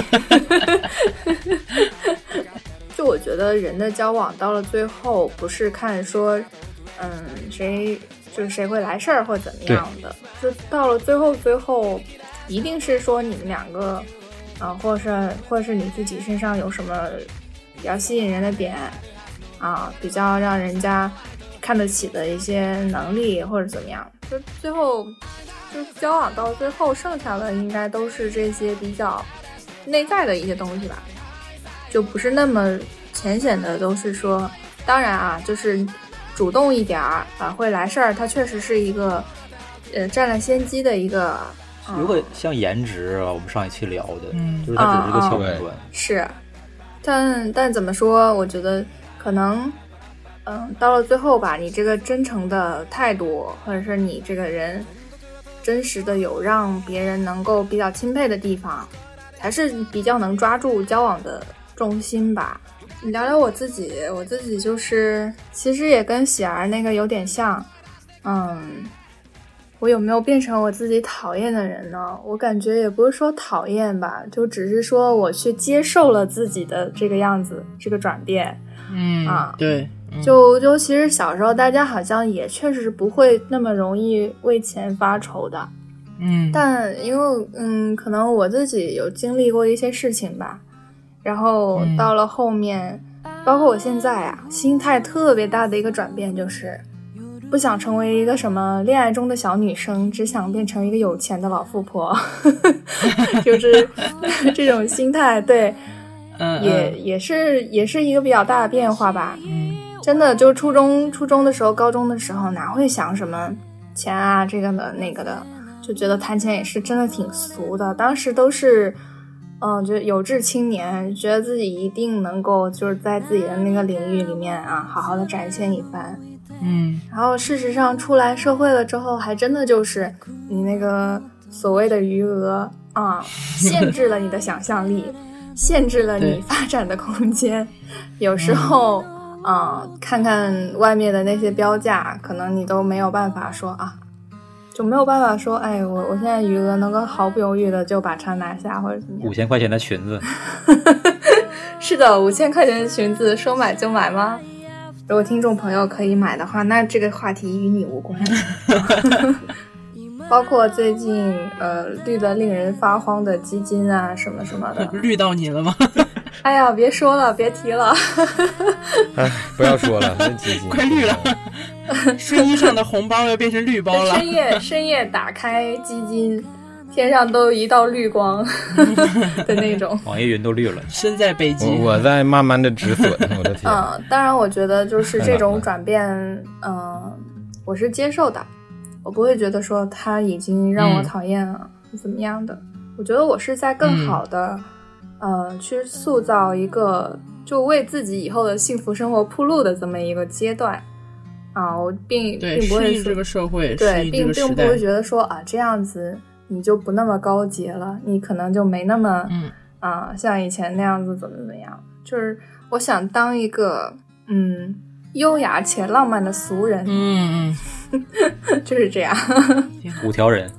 Speaker 1: 就我觉得人的交往到了最后，不是看说，嗯，谁就是谁会来事儿或怎么样的，就到了最后最后，一定是说你们两个，啊、呃，或者是或者是你自己身上有什么比较吸引人的点，啊，比较让人家看得起的一些能力或者怎么样，就最后。就交往到最后，剩下的应该都是这些比较内在的一些东西吧，就不是那么浅显的，都是说，当然啊，就是主动一点儿啊，会来事儿，它确实是一个呃占了先机的一个。
Speaker 2: 如果像颜值啊，我们上一期聊的，
Speaker 3: 嗯，
Speaker 2: 就是它只是一个小开端。
Speaker 1: 是，但但怎么说？我觉得可能，嗯，到了最后吧，你这个真诚的态度，或者是你这个人。真实的有让别人能够比较钦佩的地方，才是比较能抓住交往的重心吧。聊聊我自己，我自己就是其实也跟喜儿那个有点像，嗯，我有没有变成我自己讨厌的人呢？我感觉也不是说讨厌吧，就只是说我去接受了自己的这个样子，这个转变。
Speaker 3: 嗯
Speaker 1: 啊，
Speaker 3: 对。
Speaker 1: 就就其实小时候大家好像也确实不会那么容易为钱发愁的，
Speaker 3: 嗯，
Speaker 1: 但因为嗯可能我自己有经历过一些事情吧，然后到了后面、嗯、包括我现在啊，心态特别大的一个转变就是不想成为一个什么恋爱中的小女生，只想变成一个有钱的老富婆就是这种心态，对，
Speaker 3: 嗯，
Speaker 1: 也也是也是一个比较大的变化吧。
Speaker 3: 嗯，
Speaker 1: 真的就初中初中的时候高中的时候哪会想什么钱啊这个的那个的，就觉得谈钱也是真的挺俗的，当时都是嗯，就有志青年，觉得自己一定能够就是在自己的那个领域里面啊好好的展现一番。
Speaker 3: 嗯，
Speaker 1: 然后事实上出来社会了之后，还真的就是你那个所谓的余额啊限制了你的想象力限制了你发展的空间，有时候啊、呃，看看外面的那些标价，可能你都没有办法说啊，就没有办法说，哎，我我现在余额能够毫不犹豫的就把它拿下或者怎么样。
Speaker 2: 五千块钱的裙子，
Speaker 1: 是的，五千块钱的裙子，说买就买吗？如果听众朋友可以买的话，那这个话题与你无关。包括最近呃绿的令人发慌的基金啊什么什么的。
Speaker 3: 绿到你了吗？
Speaker 1: 哎呀，别说了，别提了。
Speaker 4: 哎，不要说了，那基金
Speaker 3: 快绿了。睡衣上的红包要变成绿包了。
Speaker 1: 深夜深夜打开基金，天上都一道绿光的那种。
Speaker 2: 网易云都绿了。
Speaker 3: 身在北极，
Speaker 4: 我, 我在慢慢的止损，我的天。
Speaker 1: 嗯，当然我觉得就是这种转变，嗯、呃，我是接受的。我不会觉得说他已经让我讨厌了、嗯、怎么样的，我觉得我是在更好的、嗯、呃去塑造一个就为自己以后的幸福生活铺路的这么一个阶段啊，我并并不会
Speaker 3: 适应这个社会，
Speaker 1: 对，并并不会觉得说啊这样子你就不那么高洁了，你可能就没那么
Speaker 3: 嗯
Speaker 1: 啊像以前那样子怎么怎么样，就是我想当一个嗯优雅且浪漫的俗人，
Speaker 3: 嗯
Speaker 1: 嗯，就是这样。
Speaker 2: 五条人，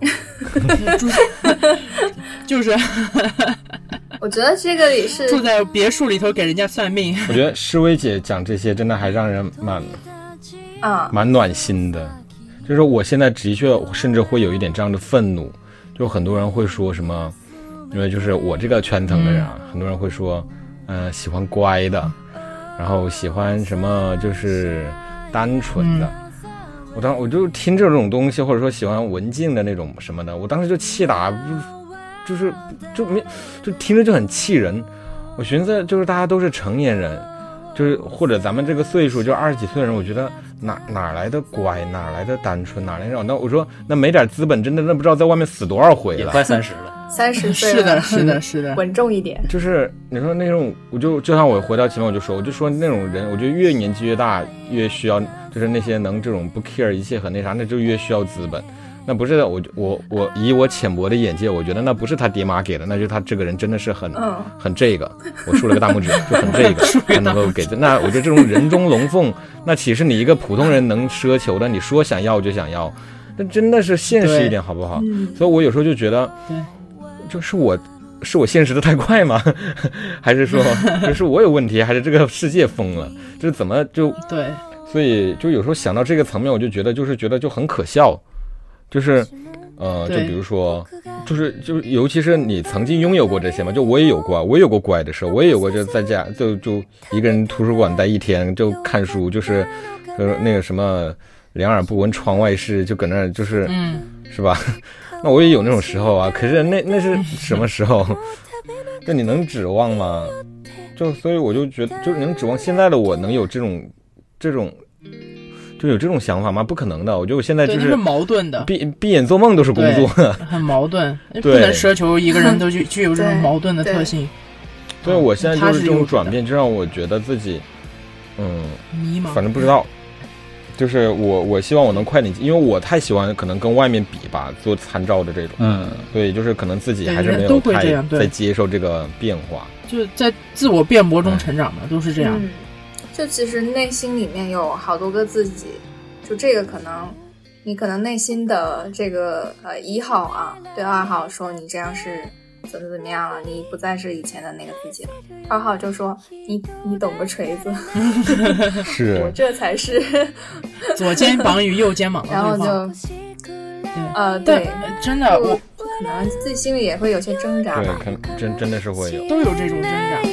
Speaker 3: 就是。
Speaker 1: 我觉得这个也是
Speaker 3: 住在别墅里头给人家算命。
Speaker 4: 我觉得诗薇姐讲这些真的还让人蛮
Speaker 1: 啊
Speaker 4: 蛮暖心的。就是我现在的确甚至会有一点这样的愤怒，就很多人会说什么，因为就是我这个圈层的人啊，嗯、很多人会说，嗯、呃，喜欢乖的。然后喜欢什么就是单纯的、嗯、我当我就听这种东西，或者说喜欢文静的那种什么的，我当时就气打，就是就没就听着就很气人。我寻思就是大家都是成年人，就是或者咱们这个岁数就二十几岁的人，我觉得哪哪来的乖，哪来的单纯，哪来的那我说那没点资本真的那不知道在外面死多少回了，
Speaker 2: 也快三十了。
Speaker 1: 三十岁
Speaker 3: 是的，是的，是的，
Speaker 1: 稳重一点。
Speaker 4: 就是你说那种，我就就像我回到前面我就说，我就说那种人，我觉得越年纪越大，越需要，就是那些能这种不 care 一切和那啥，那就越需要资本。那不是我我我以我浅薄的眼界，我觉得那不是他爹妈给的，那就是他这个人真的是很、嗯、很这个，我竖了个大拇指，就很这个，才能够给的。那我觉得这种人中龙凤，那岂是你一个普通人能奢求的？你说想要就想要，那真的是现实一点好不好？所以我有时候就觉得，
Speaker 3: 对。
Speaker 4: 就是我是我现实的太快吗？还是说就是我有问题，还是这个世界疯了？就是怎么就
Speaker 3: 对？
Speaker 4: 所以就有时候想到这个层面，我就觉得就是觉得就很可笑，就是呃，就比如说，就是就是尤其是你曾经拥有过这些嘛，就我也有过，我也有过乖的时候，我也有过就在家就就一个人图书馆待一天就看书，就是呃那个什么两耳不闻窗外事，就搁那就是、
Speaker 3: 嗯、
Speaker 4: 是吧？那我也有那种时候啊，可是那那是什么时候？就你能指望吗？就所以我就觉得，就能指望现在的我能有这种这种，就有这种想法吗？不可能的。我觉得我现在就是
Speaker 3: 是矛盾的，
Speaker 4: 闭闭眼做梦都是工作，
Speaker 3: 很矛盾，不能奢求一个人都具具有这种矛盾的特性。
Speaker 4: 对，我现在就是这种转变，就让我觉得自己，嗯，
Speaker 3: 迷茫，
Speaker 4: 反正不知道。就是我，我希望我能快点，因为我太喜欢可能跟外面比吧，做参照的这种，
Speaker 2: 嗯，
Speaker 4: 所以就是可能自己还是没有太在接受这个变化，
Speaker 3: 就在自我辩驳中成长嘛，都是这样。
Speaker 1: 嗯，就其实内心里面有好多个自己，就这个可能你可能内心的这个呃一号啊，对二号说你这样是怎么怎么样了，你不再是以前的那个自己了。二号就说你你懂个锤子，
Speaker 4: 是
Speaker 1: 我这才是
Speaker 3: 左肩膀与右肩膀的对
Speaker 1: 然后就呃对，
Speaker 3: 真的我
Speaker 1: 可能自己心里也会有些挣扎吧，
Speaker 4: 对，真真的是会有，
Speaker 3: 都有这种挣扎。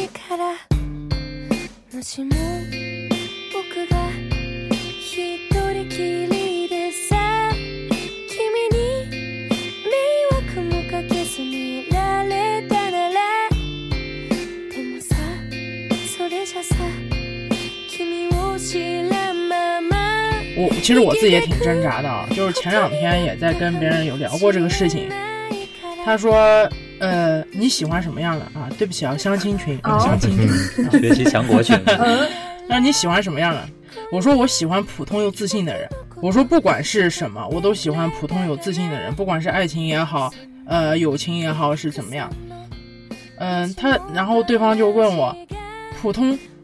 Speaker 3: 我其实我自己也挺挣扎的，就是前两天也在跟别人有聊过这个事情。他说，呃，你喜欢什么样的啊？对不起啊，相亲群，啊、相亲群，
Speaker 2: 啊、学习强国群。
Speaker 3: 那你喜欢什么样的？我说我喜欢普通又自信的人。我说不管是什么，我都喜欢普通有自信的人，不管是爱情也好，呃，友情也好，是怎么样。嗯、呃，他然后对方就问我，普通。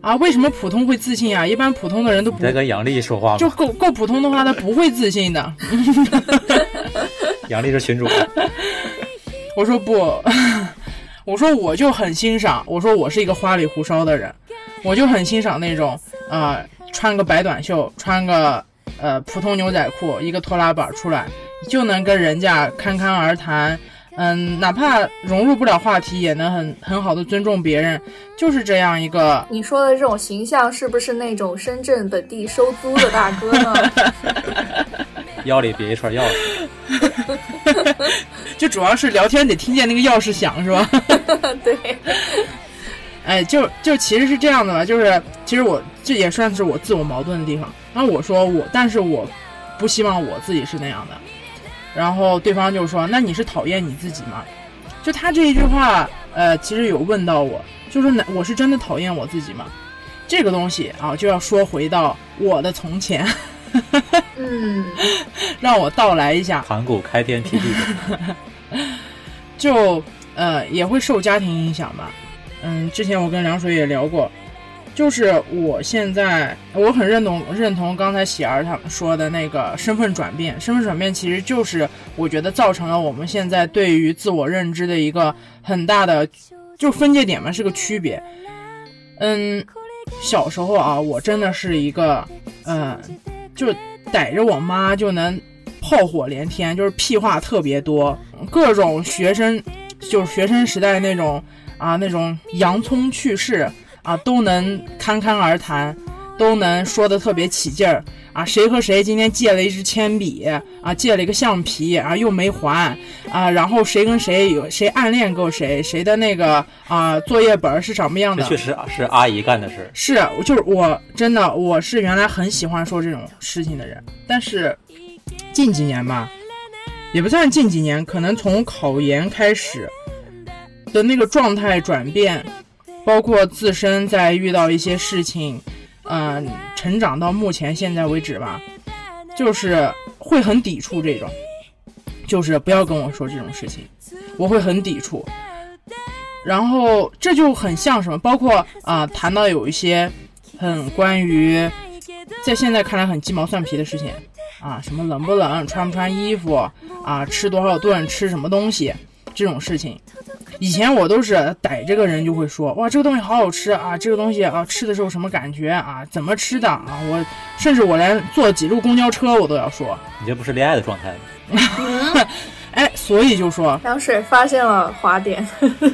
Speaker 3: 啊，为什么普通会自信啊？一般普通的人都不。
Speaker 2: 在跟杨丽说话吗？
Speaker 3: 就够够普通的话，他不会自信的。
Speaker 2: 杨丽是群主。
Speaker 3: 我说不，我说我就很欣赏，我说我是一个花里胡哨的人，我就很欣赏那种啊、呃，穿个白短袖，穿个呃普通牛仔裤，一个拖拉板出来，就能跟人家侃侃而谈。嗯，哪怕融入不了话题，也能很很好的尊重别人，就是这样一个。
Speaker 1: 你说的这种形象，是不是那种深圳本地收租的大哥呢？
Speaker 2: 腰里别一串钥匙，
Speaker 3: 就主要是聊天得听见那个钥匙响，是吧？
Speaker 1: 对。
Speaker 3: 哎，就就其实是这样的吧，就是其实我这也算是我自我矛盾的地方。那我说我，但是我不希望我自己是那样的。然后对方就说：“那你是讨厌你自己吗？”就他这一句话，呃，其实有问到我，就是我是真的讨厌我自己吗？这个东西啊，就要说回到我的从前。
Speaker 1: 嗯，
Speaker 3: 让我道来一下。
Speaker 2: 盘古开天辟地。
Speaker 3: 就呃也会受家庭影响吧。嗯，之前我跟凉水也聊过。就是我现在我很认同认同刚才喜儿他们说的那个身份转变，身份转变其实就是我觉得造成了我们现在对于自我认知的一个很大的就分界点嘛，是个区别。嗯，小时候啊，我真的是一个嗯，就逮着我妈就能炮火连天，就是屁话特别多，各种学生就是学生时代那种啊那种洋葱趣事。啊，都能侃侃而谈，都能说得特别起劲儿啊！谁和谁今天借了一支铅笔啊，借了一个橡皮啊，又没还啊，然后谁跟谁有谁暗恋过谁，谁的那个啊作业本是什么样的？
Speaker 2: 这确实是阿姨干的事。
Speaker 3: 是，就是我真的我是原来很喜欢说这种事情的人，但是近几年吧，也不算近几年，可能从考研开始的那个状态转变。包括自身在遇到一些事情，嗯、呃，成长到目前现在为止吧，就是会很抵触这种，就是不要跟我说这种事情，我会很抵触。然后这就很像什么，包括啊、呃，谈到有一些很关于在现在看来很鸡毛蒜皮的事情啊，什么冷不冷，穿不穿衣服啊，吃多少顿，吃什么东西这种事情。以前我都是逮这个人就会说，哇，这个东西好好吃啊，这个东西啊吃的时候什么感觉啊，怎么吃的啊，我甚至我连坐几路公交车我都要说。
Speaker 2: 你这不是恋爱的状态吗？
Speaker 3: 哎，所以就说
Speaker 1: 凉水发现了滑点。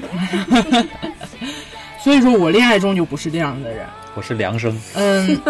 Speaker 3: 所以说我恋爱中就不是这样的人，
Speaker 2: 我是凉生。
Speaker 3: 嗯。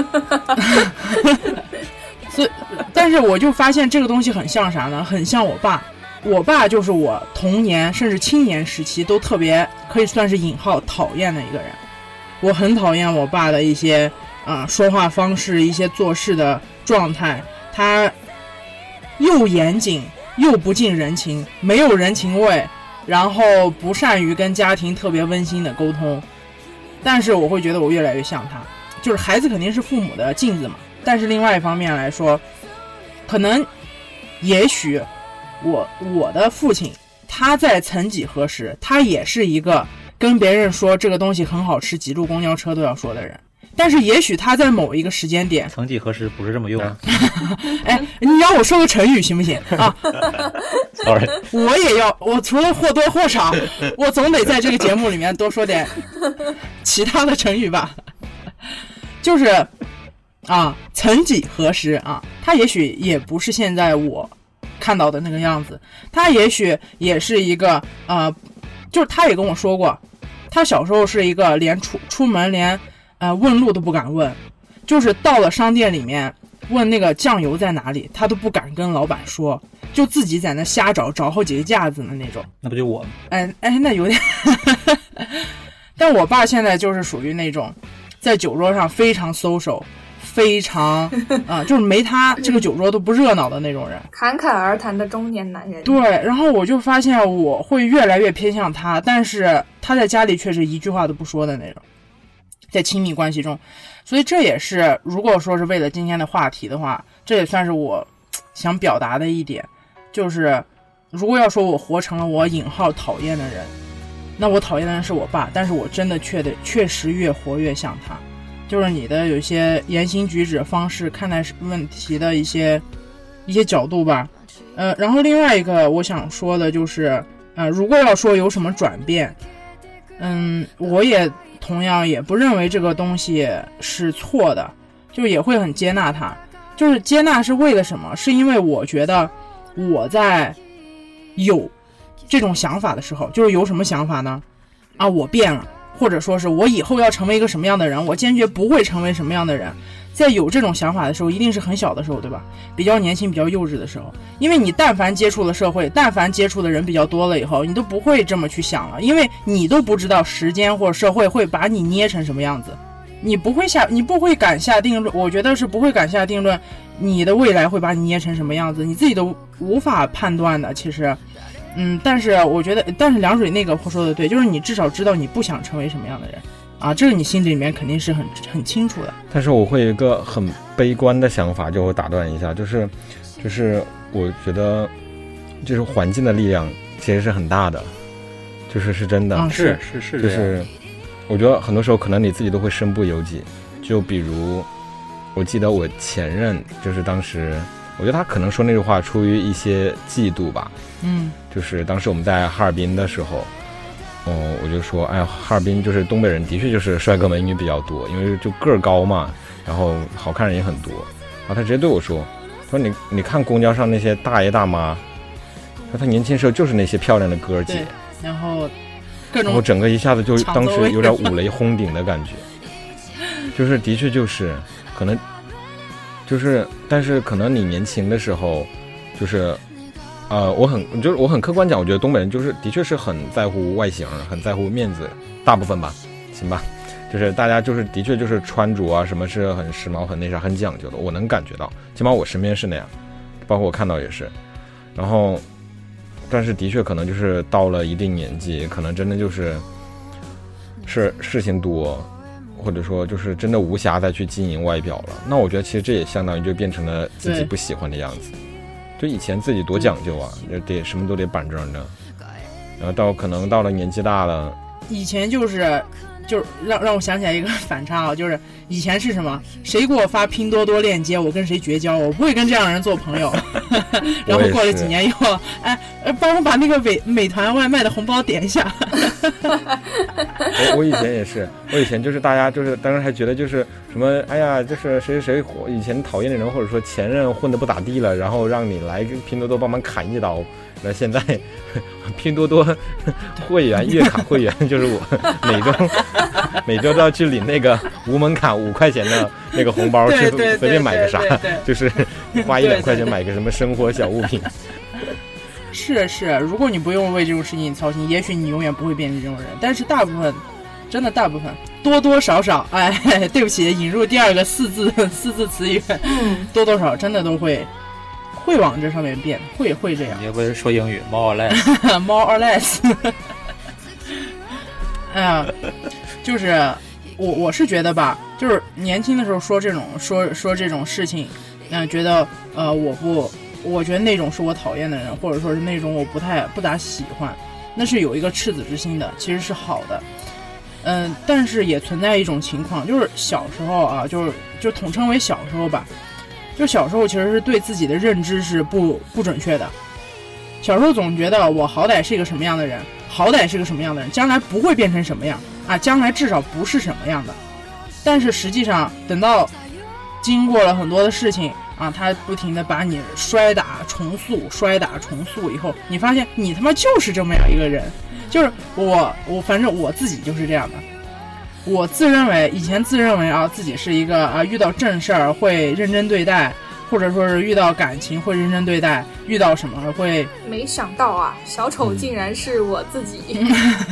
Speaker 3: 所以但是我就发现这个东西很像啥呢，很像我爸。我爸就是我童年甚至青年时期都特别可以算是引号讨厌的一个人。我很讨厌我爸的一些啊、呃、说话方式，一些做事的状态，他又严谨又不近人情，没有人情味，然后不善于跟家庭特别温馨的沟通。但是我会觉得我越来越像他，就是孩子肯定是父母的镜子嘛，但是另外一方面来说，可能也许我我的父亲他在曾几何时他也是一个跟别人说这个东西很好吃几路公交车都要说的人，但是也许他在某一个时间点，
Speaker 2: 曾几何时不是这么用。
Speaker 3: 哎，你让我说个成语行不行啊
Speaker 2: ？Sorry，
Speaker 3: 我也要，我除了或多或少，我总得在这个节目里面多说点其他的成语吧。就是啊，曾几何时啊，他也许也不是现在我看到的那个样子，他也许也是一个呃，就是他也跟我说过，他小时候是一个连出出门连呃问路都不敢问，就是到了商店里面问那个酱油在哪里，他都不敢跟老板说，就自己在那瞎找，找好几个架子的那种。
Speaker 2: 那不就我吗？
Speaker 3: 哎哎，那有点。但我爸现在就是属于那种在酒桌上非常social。非常啊、呃，就是没他这个酒桌都不热闹的那种人，
Speaker 1: 侃侃而谈的中年男人。
Speaker 3: 对，然后我就发现我会越来越偏向他，但是他在家里却是一句话都不说的那种，在亲密关系中，所以这也是如果说是为了今天的话题的话，这也算是我想表达的一点，就是如果要说我活成了我引号讨厌的人，那我讨厌的人是我爸，但是我真的确的确实越活越像他。 就是你的有一些言行举止方式看待问题的一些一些角度吧。呃，然后另外一个我想说的就是，呃，如果要说有什么转变，嗯，我也同样也不认为这个东西是错的，就也会很接纳它。就是接纳是为了什么？是因为我觉得我在有这种想法的时候，就是有什么想法呢？啊，我变了，或者说是我以后要成为一个什么样的人，我坚决不会成为什么样的人。在有这种想法的时候，一定是很小的时候，对吧？比较年轻比较幼稚的时候，因为你但凡接触了社会，但凡接触的人比较多了以后，你都不会这么去想了，因为你都不知道时间或者社会会把你捏成什么样子，你不会下你不会敢下定论，我觉得是不会敢下定论你的未来会把你捏成什么样子，你自己都无法判断的。其实嗯，但是我觉得但是凉水那个说的对，就是你至少知道你不想成为什么样的人啊，这个你心里面肯定是很很清楚的。
Speaker 4: 但是我会有一个很悲观的想法，就我打断一下，就是就是我觉得就是环境的力量其实是很大的，就是是真的、
Speaker 3: 啊、
Speaker 2: 是是是
Speaker 4: 就是我觉得很多时候可能你自己都会身不由己。就比如我记得我前任，就是当时我觉得他可能说那句话出于一些嫉妒吧，
Speaker 3: 嗯，
Speaker 4: 就是当时我们在哈尔滨的时候，哦，我就说，哎，哈尔滨就是东北人，的确就是帅哥美女比较多，因为就个儿高嘛，然后好看人也很多。然后他直接对我说，他说你你看公交上那些大爷大妈，说他年轻时候就是那些漂亮的哥姐，
Speaker 3: 然后各种，
Speaker 4: 然后整个一下子就当时有点五雷轰顶的感觉，就是的确就是可能就是，但是可能你年轻的时候就是。呃，我很就是我很客观讲，我觉得东北人就是的确是很在乎外形，很在乎面子，大部分吧，行吧，就是大家就是的确就是穿着啊什么是很时髦很那啥很讲究的，我能感觉到，起码我身边是那样，包括我看到也是。然后但是的确可能就是到了一定年纪，可能真的就是是事情多，或者说就是真的无暇再去经营外表了，那我觉得其实这也相当于就变成了自己不喜欢的样子。就以前自己多讲究啊，就得什么都得板正的，然后到可能到了年纪大了，
Speaker 3: 以前就是就是让让我想起来一个反差啊，就是以前是什么，谁给我发拼多多链接，我跟谁绝交，我不会跟这样的人做朋友。然后过了几年以后，哎，帮我把那个美美团外卖的红包点一下。
Speaker 4: 我我以前也是，我以前就是大家就是当时还觉得就是什么，哎呀，就是谁谁谁以前讨厌的人或者说前任混得不咋地了，然后让你来拼多多帮忙砍一刀。那现在拼多多会员月卡会员就是我每周每周都要去领那个无门槛五块钱的那个红包，去随便买个啥，就是花一两块钱买个什么生活小物品。
Speaker 3: 是是，如果你不用为这种事情操心，也许你永远不会变成这种人。但是大部分，真的大部分，多多少少，哎，对不起，引入第二个四字四字词语，多多少少真的都会会往这上面变，会会这样。
Speaker 2: 你要不是说英语 more or less
Speaker 3: more or less 哎呀，就是我我是觉得吧，就是年轻的时候说这种说说这种事情，嗯、呃，觉得呃我不。我觉得那种是我讨厌的人，或者说是那种我不太不咋喜欢，那是有一个赤子之心的，其实是好的。嗯、呃，但是也存在一种情况，就是小时候啊，就是就统称为小时候吧，就小时候其实是对自己的认知是不不准确的。小时候总觉得我好歹是一个什么样的人，好歹是个什么样的人，将来不会变成什么样啊，将来至少不是什么样的。但是实际上等到经过了很多的事情啊，他不停的把你摔打重塑摔打重塑以后，你发现你他妈就是这么样一个人，就是我我反正我自己就是这样的。我自认为以前自认为啊自己是一个啊遇到正事儿会认真对待，或者说是遇到感情会认真对待，遇到什么会，
Speaker 1: 没想到啊小丑竟然是我自己。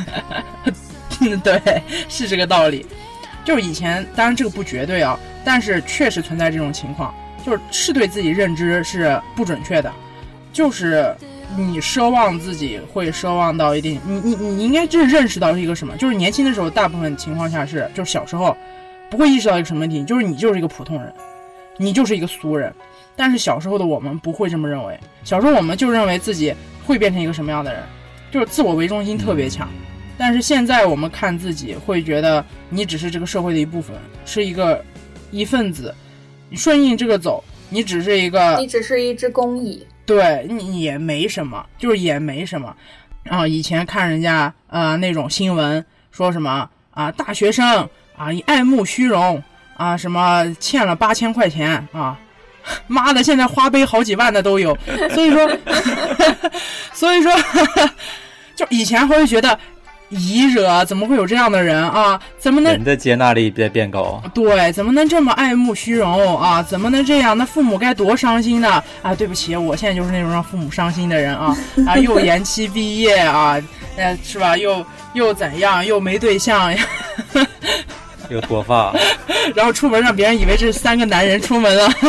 Speaker 3: 对，是这个道理。就是以前当然这个不绝对啊，但是确实存在这种情况，就是是对自己认知是不准确的，就是你奢望自己会奢望到一定，你你你应该真认识到一个什么，就是年轻的时候大部分情况下是，就是小时候不会意识到一个什么问题，就是你就是一个普通人，你就是一个俗人。但是小时候的我们不会这么认为，小时候我们就认为自己会变成一个什么样的人，就是自我为中心特别强， 但是现在我们看自己会觉得你只是这个社会的一部分，是一个一份子，你顺应这个走，你只是一个，
Speaker 1: 你只是一只工蚁，
Speaker 3: 对，你也没什么，就是也没什么啊。以前看人家呃那种新闻说什么啊大学生啊你爱慕虚荣啊什么欠了八千块钱啊，妈的现在花呗好几万的都有，所以说所以说就以前会觉得疑惹，怎么会有这样的人啊？怎么能
Speaker 2: 人的接纳力在变高？
Speaker 3: 对，怎么能这么爱慕虚荣啊？怎么能这样？那父母该多伤心呢？啊，对不起，我现在就是那种让父母伤心的人啊！啊，又延期毕业啊，呃，是吧？又又怎样？又没对象，
Speaker 2: 又脱发，
Speaker 3: 然后出门让别人以为这是三个男人出门了。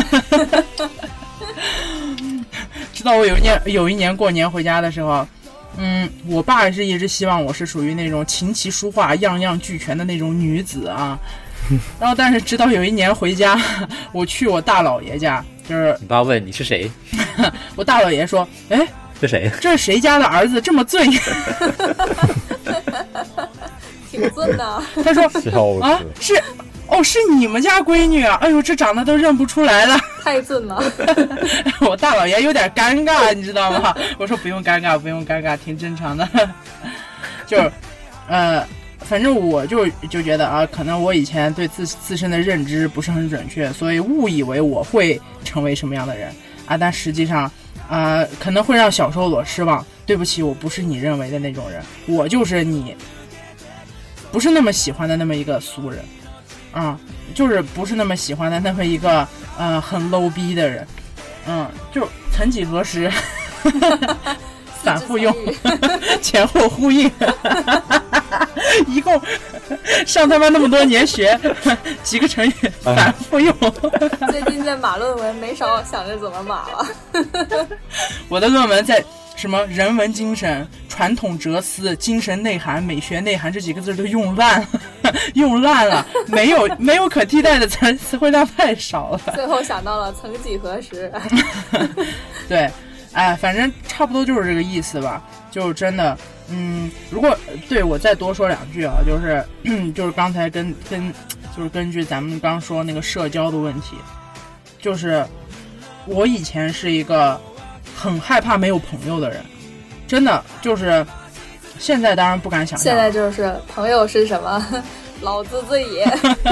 Speaker 3: 直到我有一年有一年过年回家的时候。嗯，我爸是一直希望我是属于那种琴棋书画样样俱全的那种女子啊。然后，但是直到有一年回家，我去我大姥爷家，就是
Speaker 2: 你爸问你是谁，
Speaker 3: 我大姥爷说：“哎，
Speaker 2: 这谁？
Speaker 3: 这是谁家的儿子这么醉？”
Speaker 1: 挺俊的。
Speaker 3: 他说：“啊，是。”哦，是你们家闺女啊！哎呦，这长得都认不出来了，
Speaker 1: 太俊了。
Speaker 3: 我大老爷有点尴尬，你知道吗？我说不用尴尬，不用尴尬，挺正常的。就，呃，反正我就就觉得啊，可能我以前对自自身的认知不是很准确，所以误以为我会成为什么样的人啊，但实际上，啊、呃，可能会让小时候我失望。对不起，我不是你认为的那种人，我就是你不是那么喜欢的那么一个俗人。啊、嗯，就是不是那么喜欢的那么一个呃很 low 逼的人，嗯，就曾几何时反复用前后呼应一共上他妈那么多年学几个成语反复用
Speaker 1: 最近在码论文没少想着怎么码了。
Speaker 3: 我的论文在什么人文精神、传统哲思、精神内涵、美学内涵这几个字都用烂了，用烂了，没有没有可替代的词，词汇量太少了。
Speaker 1: 最后想到了曾几何时。
Speaker 3: 对，哎，反正差不多就是这个意思吧。就真的，嗯，如果对我再多说两句啊，就是就是刚才跟跟就是根据咱们刚说那个社交的问题，就是我以前是一个很害怕没有朋友的人，真的就是现在当然不敢想象。
Speaker 1: 现在就是朋友是什么，老子自己。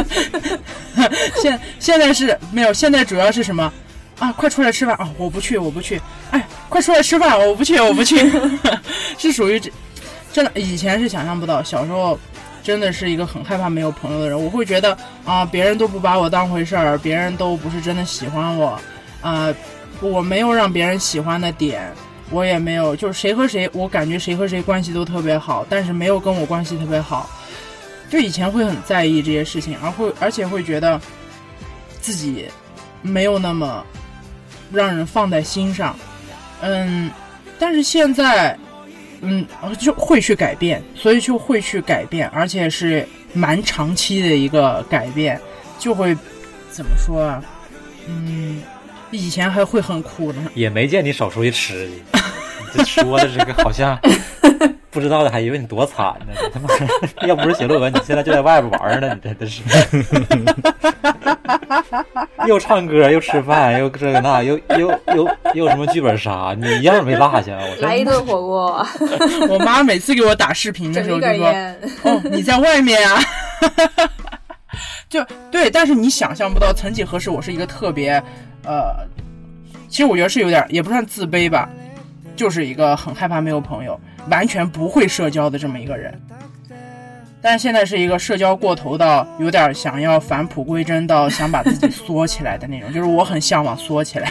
Speaker 3: 现现在是没有，现在主要是什么啊？快出来吃饭啊！我不去，我不去。哎，快出来吃饭！我不去，我不去。是属于这，真的以前是想象不到，小时候真的是一个很害怕没有朋友的人。我会觉得啊，别人都不把我当回事儿，别人都不是真的喜欢我，啊。我没有让别人喜欢的点，我也没有，就是谁和谁，我感觉谁和谁关系都特别好，但是没有跟我关系特别好。就以前会很在意这些事情，而会而且会觉得自己没有那么让人放在心上。嗯，但是现在，嗯，就会去改变，所以就会去改变，而且是蛮长期的一个改变，就会怎么说啊？嗯。以前还会很苦呢，
Speaker 2: 也没见你少出去吃。你这说的这个好像不知道的还以为你多惨呢。你他妈要不是写论文，你现在就在外边玩呢。你真的是又唱歌又吃饭又这个那又又又又什么剧本杀，你一样没落下。我
Speaker 1: 来一顿火锅。
Speaker 3: 我妈每次给我打视频的时候就说：“哦，你在外面啊。”就对，但是你想象不到，曾几何时我是一个特别。呃，其实我觉得是有点，也不算自卑吧，就是一个很害怕没有朋友，完全不会社交的这么一个人。但是现在是一个社交过头到有点想要返璞归真到想把自己缩起来的那种，就是我很向往缩起来，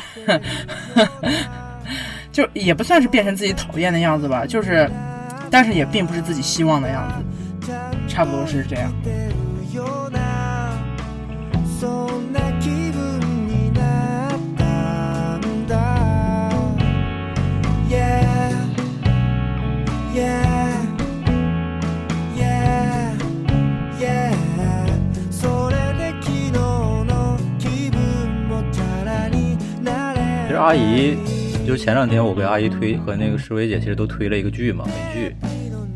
Speaker 3: 就也不算是变成自己讨厌的样子吧，就是，但是也并不是自己希望的样子，差不多是这样。
Speaker 2: 其实阿姨，就是前两天我给阿姨推和那个诗薇姐其实都推了一个剧嘛，美剧，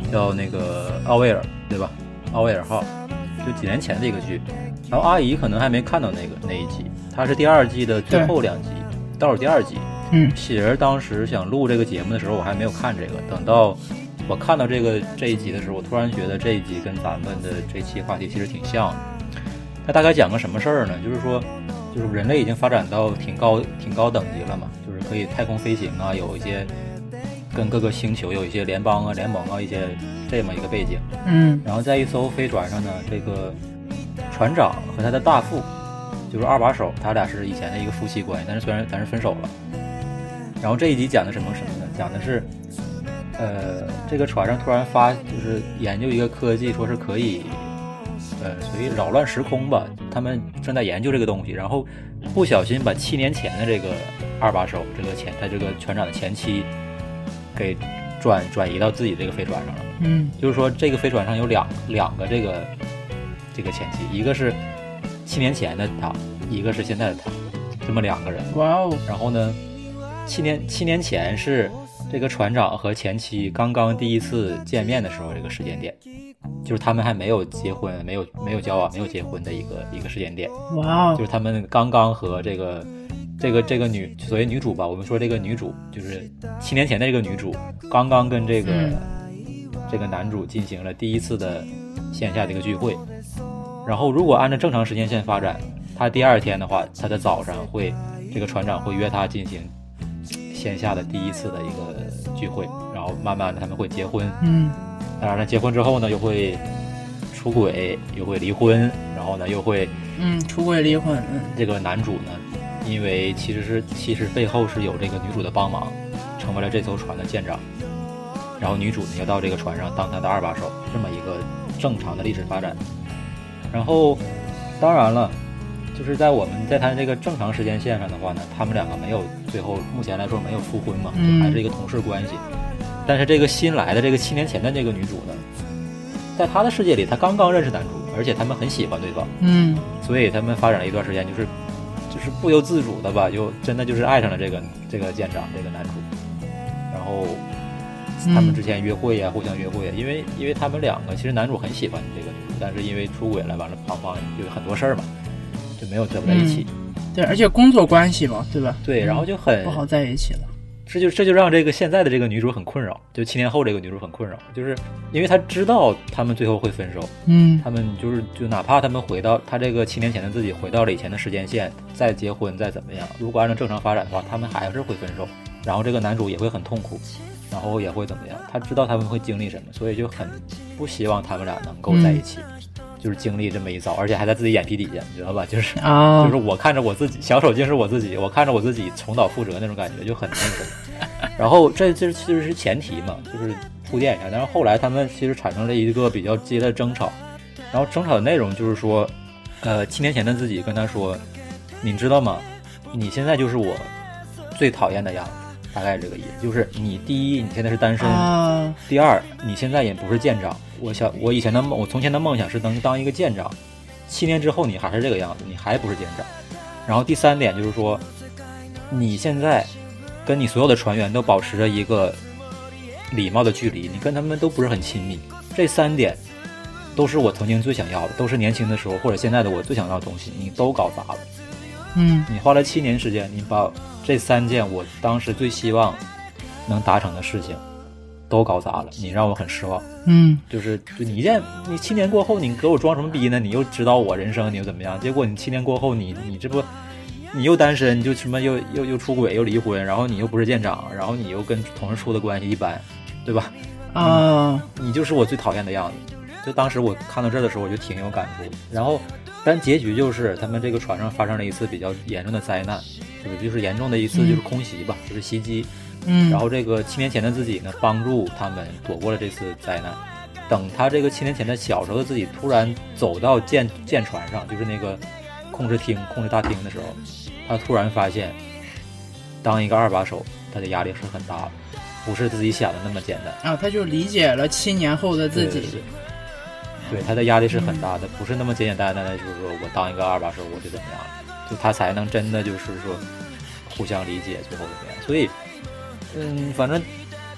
Speaker 2: 叫那个奥威尔，对吧？奥威尔号，就几年前的一个剧。然后阿姨可能还没看到那个那一集，它是第二季的最后两集，倒数第二集。
Speaker 3: 嗯，
Speaker 2: 喜儿当时想录这个节目的时候，我还没有看这个，等到我看到这个这一集的时候，我突然觉得这一集跟咱们的这期话题其实挺像的。它大概讲个什么事儿呢？就是说，就是人类已经发展到挺高挺高等级了嘛，就是可以太空飞行啊，有一些跟各个星球有一些联邦啊、联盟啊一些这么一个背景。
Speaker 3: 嗯，
Speaker 2: 然后在一艘飞船上呢，这个船长和他的大副，就是二把手，他俩是以前的一个夫妻关系，但是虽然但是分手了。然后这一集讲的什么什么呢？讲的是，呃，这个船上突然发，就是研究一个科技，说是可以，呃，所以扰乱时空吧。他们正在研究这个东西，然后不小心把七年前的这个二把手，这个前他这个船长的前妻，给转转移到自己这个飞船上了。
Speaker 3: 嗯，
Speaker 2: 就是说这个飞船上有两两个这个这个前妻，一个是七年前的他，一个是现在的他，这么两个人。
Speaker 3: 哇哦，
Speaker 2: 然后呢？七年七年前是这个船长和前妻刚刚第一次见面的时候，这个时间点，就是他们还没有结婚、没有没有交往、没有结婚的一个一个时间点。
Speaker 3: 哇哦，
Speaker 2: 就是他们刚刚和这个这个这个女所谓女主吧，我们说这个女主就是七年前的这个女主，刚刚跟这个、嗯、这个男主进行了第一次的线下的一个聚会。然后如果按照正常时间线发展，他第二天的话，他的早上会这个船长会约他进行线下的第一次的一个聚会，然后慢慢的他们会结婚。
Speaker 3: 嗯，
Speaker 2: 当然了，结婚之后呢，又会出轨，又会离婚，然后呢，又会
Speaker 3: 嗯出轨离婚。嗯，
Speaker 2: 这个男主呢，因为其实是其实背后是有这个女主的帮忙，成为了这艘船的舰长。然后女主呢，要到这个船上当他的二把手，这么一个正常的历史发展。然后，当然了。就是在我们在他这个正常时间线上的话呢，他们两个没有最后目前来说没有复婚嘛，就还是一个同事关系。嗯、但是这个新来的这个七年前的这个女主呢，在她的世界里，她刚刚认识男主，而且他们很喜欢对方，嗯，所以他们发展了一段时间，就是就是不由自主的吧，就真的就是爱上了这个这个舰长这个男主。然后他们之前约会呀、啊，互相约会呀、啊，因为因为他们两个其实男主很喜欢这个女主，但是因为出轨了，完了胖胖就有很多事儿嘛。就没有走在一起、
Speaker 3: 嗯，对，而且工作关系嘛，对吧？
Speaker 2: 对，然后就很、
Speaker 3: 嗯、不好在一起了。
Speaker 2: 这就这就让这个现在的这个女主很困扰，就七年后这个女主很困扰，就是因为她知道他们最后会分手，
Speaker 3: 嗯，
Speaker 2: 他们就是就哪怕他们回到他这个七年前的自己回到了以前的时间线，再结婚再怎么样，如果按照正常发展的话，他们还是会分手，然后这个男主也会很痛苦，然后也会怎么样？他知道他们会经历什么，所以就很不希望他们俩能够在一起。嗯，就是经历这么一遭，而且还在自己眼皮底下，你知道吧？就是啊、oh. ，就是我看着我自己，小手竟是我自己，我看着我自己重蹈覆辙那种感觉，就很那个。然后这这其实是前提嘛，就是铺垫一下。然后后来他们其实产生了一个比较激烈的争吵，然后争吵的内容就是说，呃，七年前的自己跟他说，你知道吗？你现在就是我最讨厌的样子。大概这个意思，就是你第一，你现在是单身；啊、第二，你现在也不是舰长。我想，我以前的梦，我从前的梦想是能当一个舰长。七年之后，你还是这个样子，你还不是舰长。然后第三点就是说，你现在跟你所有的船员都保持着一个礼貌的距离，你跟他们都不是很亲密。这三点都是我曾经最想要的，都是年轻的时候或者现在的我最想要的东西，你都搞砸了。
Speaker 3: 嗯，
Speaker 2: 你花了七年时间，你把这三件我当时最希望能达成的事情都搞砸了，你让我很失望。
Speaker 3: 嗯，
Speaker 2: 就是就你一件，你七年过后你给我装什么逼呢？你又指导我人生，你又怎么样？结果你七年过后，你你这不，你又单身，你就什么又又又出轨又离婚，然后你又不是舰长，然后你又跟同事处的关系一般，对吧？
Speaker 3: 啊、
Speaker 2: 你, 你就是我最讨厌的样子。就当时我看到这的时候，我就挺有感触的。然后。但结局就是他们这个船上发生了一次比较严重的灾难，就是就是严重的一次就是空袭吧，嗯、就是袭击。
Speaker 3: 嗯，
Speaker 2: 然后这个七年前的自己呢，帮助他们躲过了这次灾难。等他这个七年前的小时候的自己突然走到舰舰船上，就是那个控制厅、控制大厅的时候，他突然发现，当一个二把手，他的压力是很大的，不是自己想的那么简单。
Speaker 3: 啊，他就理解了七年后的自己。
Speaker 2: 对对对对，他的压力是很大的，不是那么简简单单的，就是说我当一个二把手我就怎么样，就他才能真的就是说互相理解，最后怎么样。所以，嗯，反正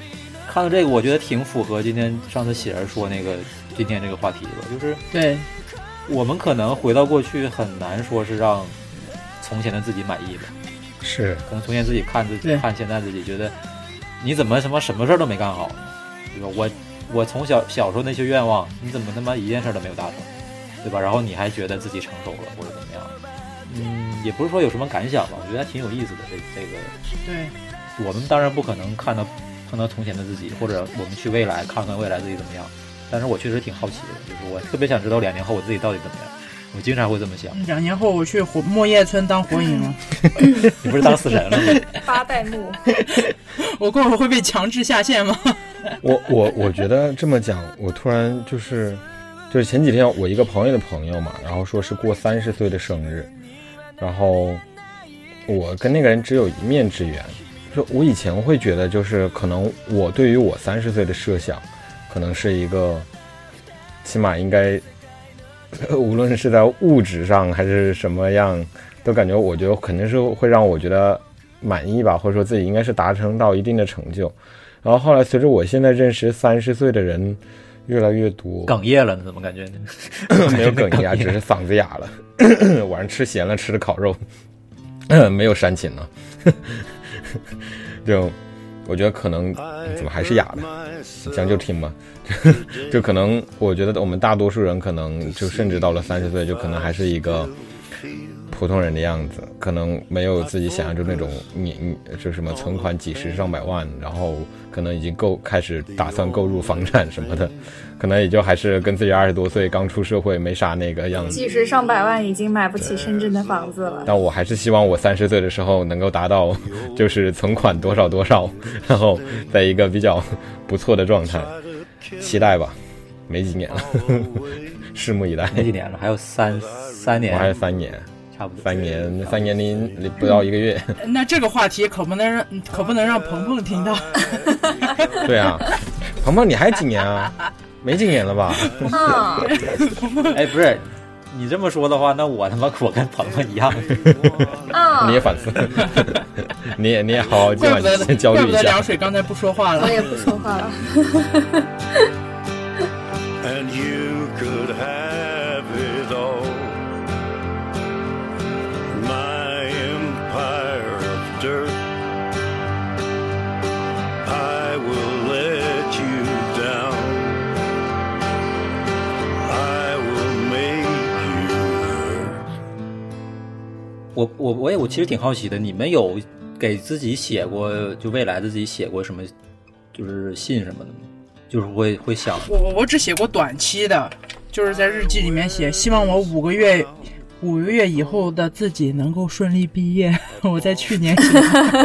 Speaker 2: 看到这个，我觉得挺符合今天上次喜儿说那个今天这个话题吧，就是
Speaker 3: 对，
Speaker 2: 我们可能回到过去很难说是让从前的自己满意吧，
Speaker 4: 是
Speaker 2: 可能从前自己看自己看现在自己觉得你怎么什么什么事都没干好呢，对吧？我我从小小时候那些愿望，你怎么他妈一件事都没有达成，对吧？然后你还觉得自己成熟了或者怎么样？嗯，也不是说有什么感想吧，我觉得还挺有意思的。这这个，
Speaker 3: 对，
Speaker 2: 我们当然不可能看到看到从前的自己，或者我们去未来看看未来自己怎么样。但是我确实挺好奇的，就是我特别想知道两年后我自己到底怎么样。我经常会这么想。
Speaker 3: 两年后我去火莫叶村当火影了。
Speaker 2: 你不是当死神了吗？
Speaker 1: 八代目。
Speaker 3: 我过会儿会被强制下线吗？
Speaker 4: 我我我觉得这么讲，我突然就是就是前几天我一个朋友的朋友嘛，然后说是过三十岁的生日，然后我跟那个人只有一面之缘。就我以前会觉得，就是可能我对于我三十岁的设想，可能是一个起码应该。无论是在物质上还是什么样，都感觉我觉得肯定是会让我觉得满意吧，或者说自己应该是达成到一定的成就。然后后来随着我现在认识三十岁的人越来越多，
Speaker 2: 哽咽了，你怎么感觉？
Speaker 4: 没有哽咽，只是嗓子哑了。晚上吃咸了，吃的烤肉，没有煽情了。就我觉得可能怎么还是哑的，你将就听吧。就可能我觉得我们大多数人可能就甚至到了三十岁，就可能还是一个普通人的样子，可能没有自己想象中那种你就什么存款几十上百万，然后可能已经够开始打算购入房产什么的，可能也就还是跟自己二十多岁刚出社会没啥那个样子。
Speaker 1: 几十上百万已经买不起深圳的房子了。
Speaker 4: 但我还是希望我三十岁的时候能够达到，就是存款多少多少，然后在一个比较不错的状态。期待吧，没几年了，拭目以待。
Speaker 2: 没几年了，还有三三年，
Speaker 4: 我还有三年，
Speaker 2: 差不多
Speaker 4: 三年，三年零不到一个月。
Speaker 3: 那这个话题可不能让可不能让鹏鹏听到。
Speaker 4: 对啊，鹏鹏你还几年啊？没几年了吧？
Speaker 1: 啊，
Speaker 2: 哎，不是，你这么说的话，那我他妈我跟鹏鹏一样。
Speaker 1: 啊，
Speaker 4: 你也反思，你也你也好好今晚先焦虑一下。
Speaker 3: 怪不得凉水刚才不说话了。
Speaker 1: 我也不说话了。
Speaker 5: And you could have it all. My empire of dirt. I will let you down. I will make you hurt.
Speaker 2: 我我我也我其实挺好奇的，你们有给自己写过就未来的自己写过什么就是信什么的吗？就是会会想
Speaker 3: 我我只写过短期的，就是在日记里面写，希望我五个月五个月以后的自己能够顺利毕业。我在去年写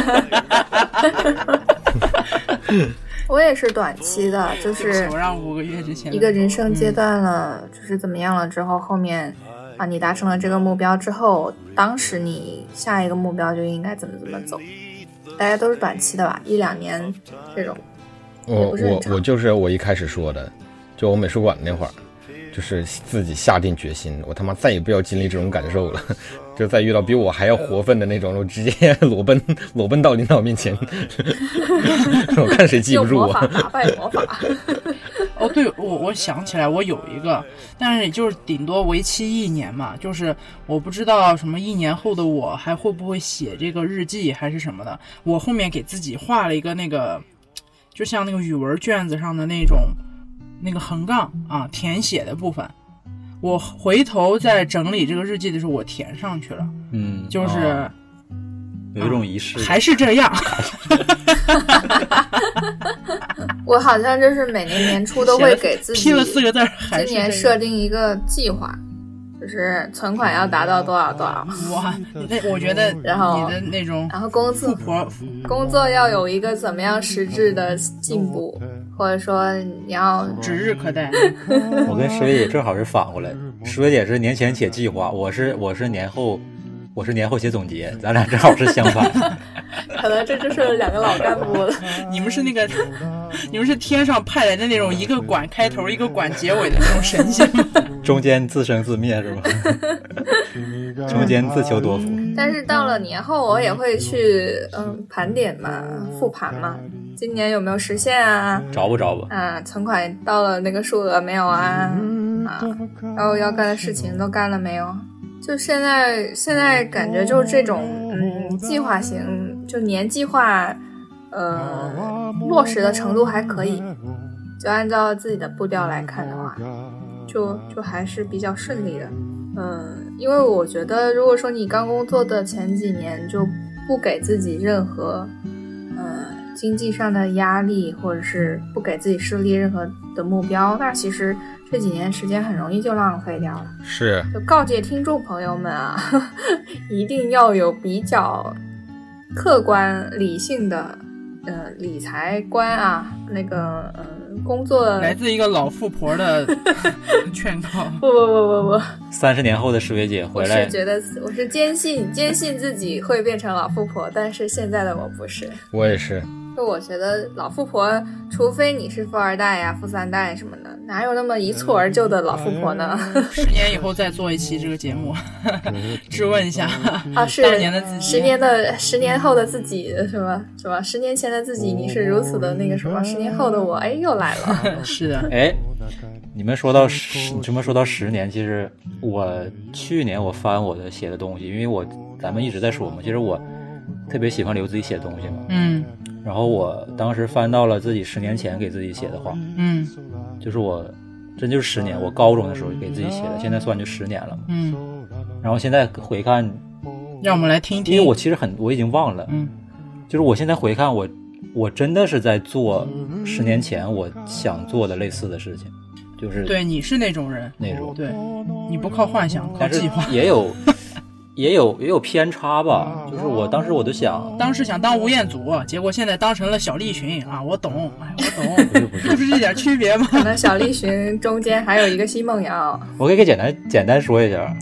Speaker 1: 我也是短期的，就是
Speaker 3: 我让五个月之前
Speaker 1: 一个人生阶段了，嗯、就是怎么样了之后，后面啊你达成了这个目标之后，当时你下一个目标就应该怎么怎么走。大家都是短期的吧，一两年这种。
Speaker 4: 我我我就是我一开始说的，就我美术馆那会儿，就是自己下定决心，我他妈再也不要经历这种感受了。就再遇到比我还要活分的那种，我直接裸奔裸奔到领导面前，我看谁记不住我。
Speaker 1: 用魔法打败魔法。
Speaker 3: 哦，对，我我想起来，我有一个，但是也就是顶多为期一年嘛，就是我不知道什么一年后的我还会不会写这个日记还是什么的。我后面给自己画了一个那个。就像那个语文卷子上的那种那个横杠啊，填写的部分，我回头在整理这个日记的时候，我填上去了。
Speaker 2: 嗯，
Speaker 3: 就是、
Speaker 2: 哦、有一种仪式、
Speaker 3: 啊，还是这样。
Speaker 1: 我好像就是每年年初都会给自己
Speaker 3: 批了四个字，
Speaker 1: 今年设定一个计划。就是存款要达到多少多少，
Speaker 3: 哇！那我觉得，
Speaker 1: 然后
Speaker 3: 你的那种，
Speaker 1: 然后工作工作要有一个怎么样实质的进步，或者说你要
Speaker 3: 指日可待。
Speaker 2: 我跟石薇姐正好是反过来，石薇姐是年前写计划，我是我是年后我是年后写总结，咱俩正好是相反。
Speaker 1: 可能这就是两个老干部了。
Speaker 3: 你们是那个，你们是天上派来的那种一个管开头一个管结尾的那种神仙吗？
Speaker 2: 中间自生自灭是吗？中间自求多福。
Speaker 1: 但是到了年后，我也会去嗯盘点嘛，复盘嘛， 今年有没有实现啊？
Speaker 2: 着不着吧？
Speaker 1: 啊，存款到了那个数额没有啊？啊，然后要干的事情都干了没有？就现在现在感觉就是这种嗯计划型，就年计划，呃，落实的程度还可以。就按照自己的步调来看的话，就就还是比较顺利的。嗯，因为我觉得，如果说你刚工作的前几年就不给自己任何，嗯，经济上的压力，或者是不给自己设立任何的目标，那其实这几年时间很容易就浪费掉了。
Speaker 4: 是，
Speaker 1: 就告诫听众朋友们啊，呵呵一定要有比较客观理性的呃理财观啊，那个呃工作
Speaker 3: 来自一个老富婆的劝告。
Speaker 1: 不不不不不，
Speaker 2: 三十年后的石薇姐回来，
Speaker 1: 我是觉得我是坚信坚信自己会变成老富婆，但是现在的我不是。
Speaker 4: 我也是。
Speaker 1: 就我觉得老富婆，除非你是富二代呀、富三代什么的，哪有那么一蹴而就的老富婆呢？
Speaker 3: 十年以后再做一期这个节目，质问一下
Speaker 1: 啊，是
Speaker 3: 当年的自己，
Speaker 1: 十年的十年后的自己是吧？是吧？十年前的自己你是如此的那个什么，十年后的我哎又来了。
Speaker 3: 是的，
Speaker 2: 哎，你们说到十，你这么说到十年，其实我去年我翻我的写的东西，因为我咱们一直在说嘛，其实我特别喜欢留自己写东西嘛，
Speaker 3: 嗯。
Speaker 2: 然后我当时翻到了自己十年前给自己写的话，
Speaker 3: 嗯，
Speaker 2: 就是我真就是十年，我高中的时候给自己写的，现在算就十年了嘛。
Speaker 3: 嗯，
Speaker 2: 然后现在回看，
Speaker 3: 让我们来听听，
Speaker 2: 因为我其实很我已经忘了，
Speaker 3: 嗯，
Speaker 2: 就是我现在回看我我真的是在做十年前我想做的类似的事情，就是
Speaker 3: 对你是那种人，
Speaker 2: 那种
Speaker 3: 对，你不靠幻想，靠计划，
Speaker 2: 也有。也有也有偏差吧，就是我当时我都想，
Speaker 3: 当时想当吴彦祖，结果现在当成了小栗旬啊！我懂，哎，我懂，不是不是，不是这点区别吗？
Speaker 1: 可能小栗旬中间还有一个奚梦瑶。
Speaker 2: 我可以给简单简单说一下，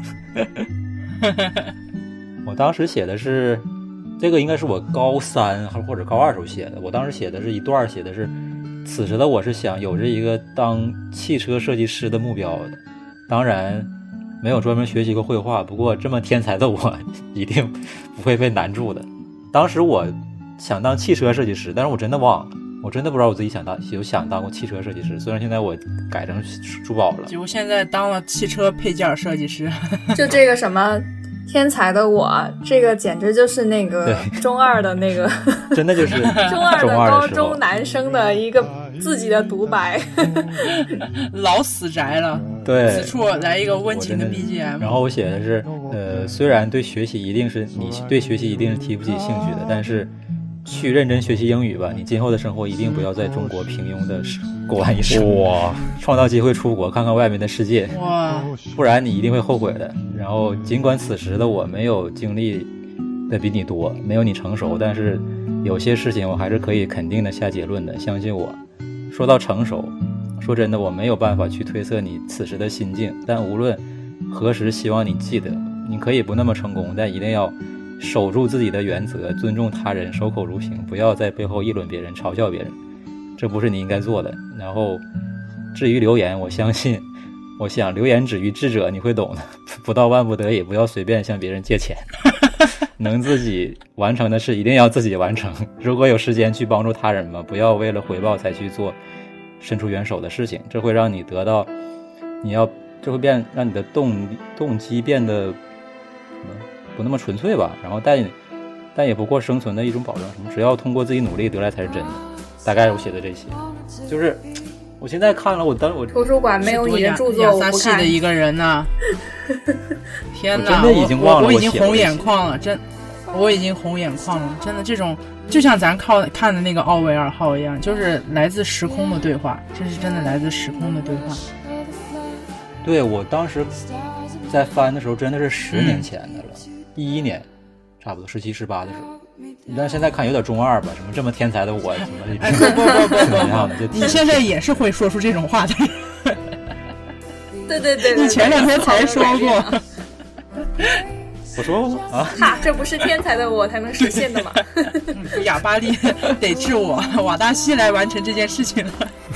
Speaker 2: 我当时写的是，这个应该是我高三或者高二时候写的。我当时写的是一段，写的是，此时的我是想有着一个当汽车设计师的目标的，当然。没有专门学习过绘画，不过这么天才的我一定不会被难住的。当时我想当汽车设计师，但是我真的忘了，我真的不知道我自己想当有想当过汽车设计师。虽然现在我改成珠宝了，
Speaker 3: 结果现在当了汽车配件设计师。
Speaker 1: 就这个什么天才的我，这个简直就是那个中二的那个，
Speaker 2: 真的就是
Speaker 1: 中二的高中男生的一个自己的独白。
Speaker 3: 老死宅了。
Speaker 2: 对，
Speaker 3: 此处来一个温情的 B G M。
Speaker 2: 然后我写的是，呃，虽然对学习一定是你对学习一定是提不起兴趣的，但是去认真学习英语吧，你今后的生活一定不要在中国平庸的过完一生。哇！创造机会出国看看外面的世界。
Speaker 3: 哇！
Speaker 2: 不然你一定会后悔的。然后尽管此时的我没有经历的比你多，没有你成熟，但是有些事情我还是可以肯定的下结论的，相信我。说到成熟。说真的，我没有办法去推测你此时的心境，但无论何时，希望你记得，你可以不那么成功，但一定要守住自己的原则，尊重他人，守口如瓶，不要在背后议论别人，嘲笑别人，这不是你应该做的。然后，至于留言，我相信，我想留言止于智者，你会懂的。不到万不得已，不要随便向别人借钱。能自己完成的事，一定要自己完成。如果有时间去帮助他人嘛，不要为了回报才去做。伸出援手的事情，这会让你得到，你要这会变让你的动动机变得不那么纯粹吧，然后但但也不过生存的一种保证，什么只要通过自己努力得来才是真的。大概我写的这些，就是我现在看了，我当我
Speaker 1: 图书馆没有你的著作，我不看。
Speaker 3: 的一个人呐，天哪，
Speaker 2: 我真的已经忘了
Speaker 3: 我, 我, 我已经红眼眶了，真，我已经红眼眶了，真的这种。就像咱靠看的那个奥维尔号一样，就是来自时空的对话，这是真的来自时空的对话。
Speaker 2: 对，我当时在翻的时候真的是十年前的了，一一、嗯、年差不多十七十八的时候，但是现在看有点中二吧，什么这么天才的我什么
Speaker 3: 哎不不不不不不，你现在也是会说出这种话的。
Speaker 1: 对对对，
Speaker 3: 你前两天才说过。
Speaker 2: 我说啊，
Speaker 1: 哈，这不是天才的我才能实现的吗？
Speaker 3: 哑巴力得治我，瓦达西来完成这件事情了。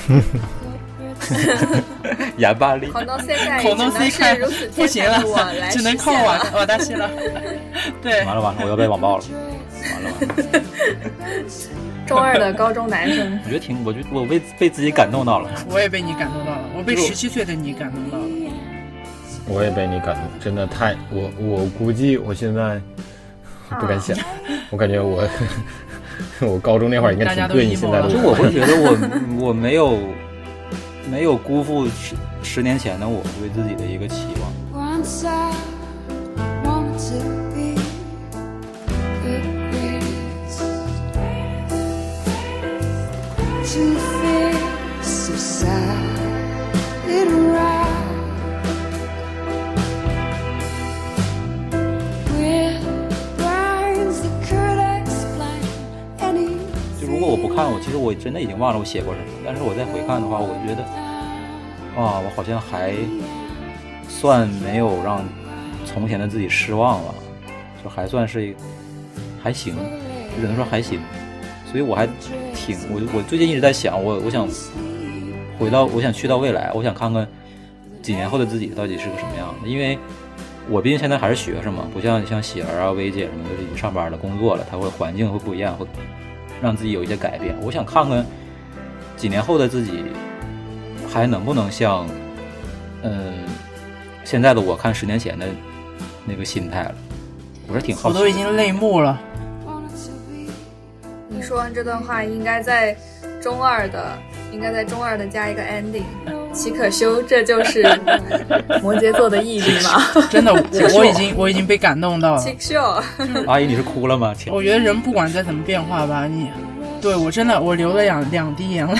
Speaker 2: 哑巴力，
Speaker 1: 可能现在只能是如此天才的我来
Speaker 3: 只能靠瓦瓦达西了。对，
Speaker 2: 完了完了，我要被网暴了。 完了完了，
Speaker 1: 中二的高中男生。
Speaker 2: 我觉得挺，我觉得我被被自己感动到了。
Speaker 3: 我也被你感动到了，我被十七岁的你感动到了。
Speaker 4: 我也被你感动，真的太我我估计我现在不敢想，我感觉我我高中那会儿应该挺对你现在的。
Speaker 2: 就我会觉得我我没有没有辜负十十年前的我对自己的一个期望。就如果我不看，我其实我真的已经忘了我写过什么，但是我再回看的话，我觉得啊，我好像还算没有让从前的自己失望了，就还算是还行，只能说还行。所以我还挺我我最近一直在想，我我想回到我想去到未来，我想看看几年后的自己到底是个什么样的，因为我毕竟现在还是学生嘛，不像像喜儿啊、薇姐什么都是已经上班了、工作了，他会环境会不一样，会让自己有一些改变。我想看看几年后的自己还能不能像嗯现在的我看十年前的那个心态了，我是挺好奇的。
Speaker 3: 我都已经泪目了。
Speaker 1: 你说完这段话，应该在中二的，应该在中二的加一个 ending。岂可休，这就是摩羯座的毅力吗？
Speaker 3: 真的，我我已经我已经被感动到了。
Speaker 1: 岂可休，
Speaker 2: 阿姨你是哭了吗？
Speaker 3: 我觉得人不管再怎么变化吧，你对我真的我流了两两滴眼泪，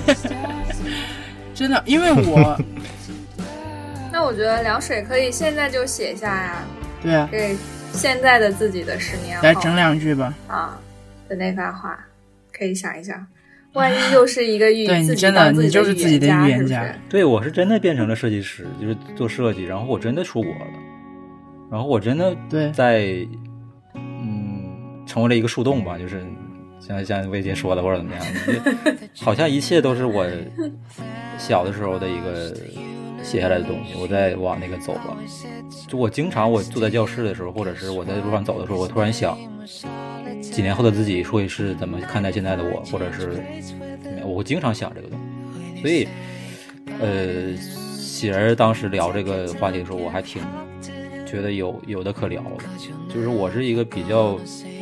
Speaker 3: 真的，因为我。
Speaker 1: 那我觉得凉水可以现在就写下呀。
Speaker 3: 对啊，
Speaker 1: 给现在的自己的十年后
Speaker 3: 来整两句吧。
Speaker 1: 啊。的那番话可以想一想，万一又是一个预
Speaker 3: 对你真的你就是自己的预言家。
Speaker 2: 对，我是真的变成了设计师，就是做设计，然后我真的出国了，然后我真的在嗯成为了一个树洞吧，就是像像薇姐说的或者怎么样的，好像一切都是我小的时候的一个写下来的东西，我在往那个走吧。就我经常我坐在教室的时候，或者是我在路上走的时候，我突然想几年后的自己会是怎么看待现在的我，或者是我经常想这个东西。所以呃喜儿当时聊这个话题的时候，我还挺觉得有有的可聊的，就是我是一个比较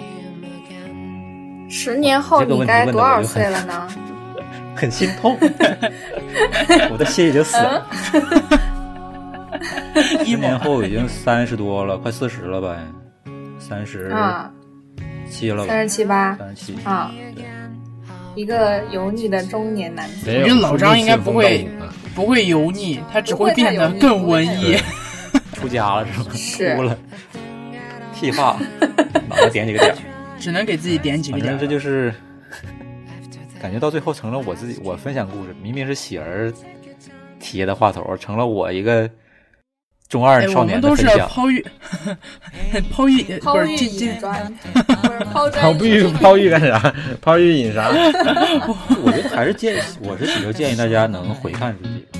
Speaker 1: 十年后你该多少岁了呢？
Speaker 2: 很心痛我的心已经死了十年后已经三十多了，快四十了吧，三十七了吧，
Speaker 1: 三十七八，
Speaker 2: 三十七
Speaker 1: 啊，一个油腻的中年男子。
Speaker 3: 我觉得老张应该不会不会油腻，他只会变得更文艺。
Speaker 2: 出家了是吧？
Speaker 1: 是
Speaker 2: 哭了，剃发，脑袋点几个点，
Speaker 3: 只能给自己点几个点。
Speaker 2: 反正这就是感觉到最后成了我自己，我分享故事，明明是喜儿提的话头，成了我一个中二少年的分享。
Speaker 3: 哎、我们都是抛玉，抛玉，
Speaker 1: 抛玉引砖，不是抛砖。
Speaker 4: 抛玉抛玉干啥？抛玉引啥？
Speaker 2: 我觉得还是建议，我是比较建议大家能回看自己。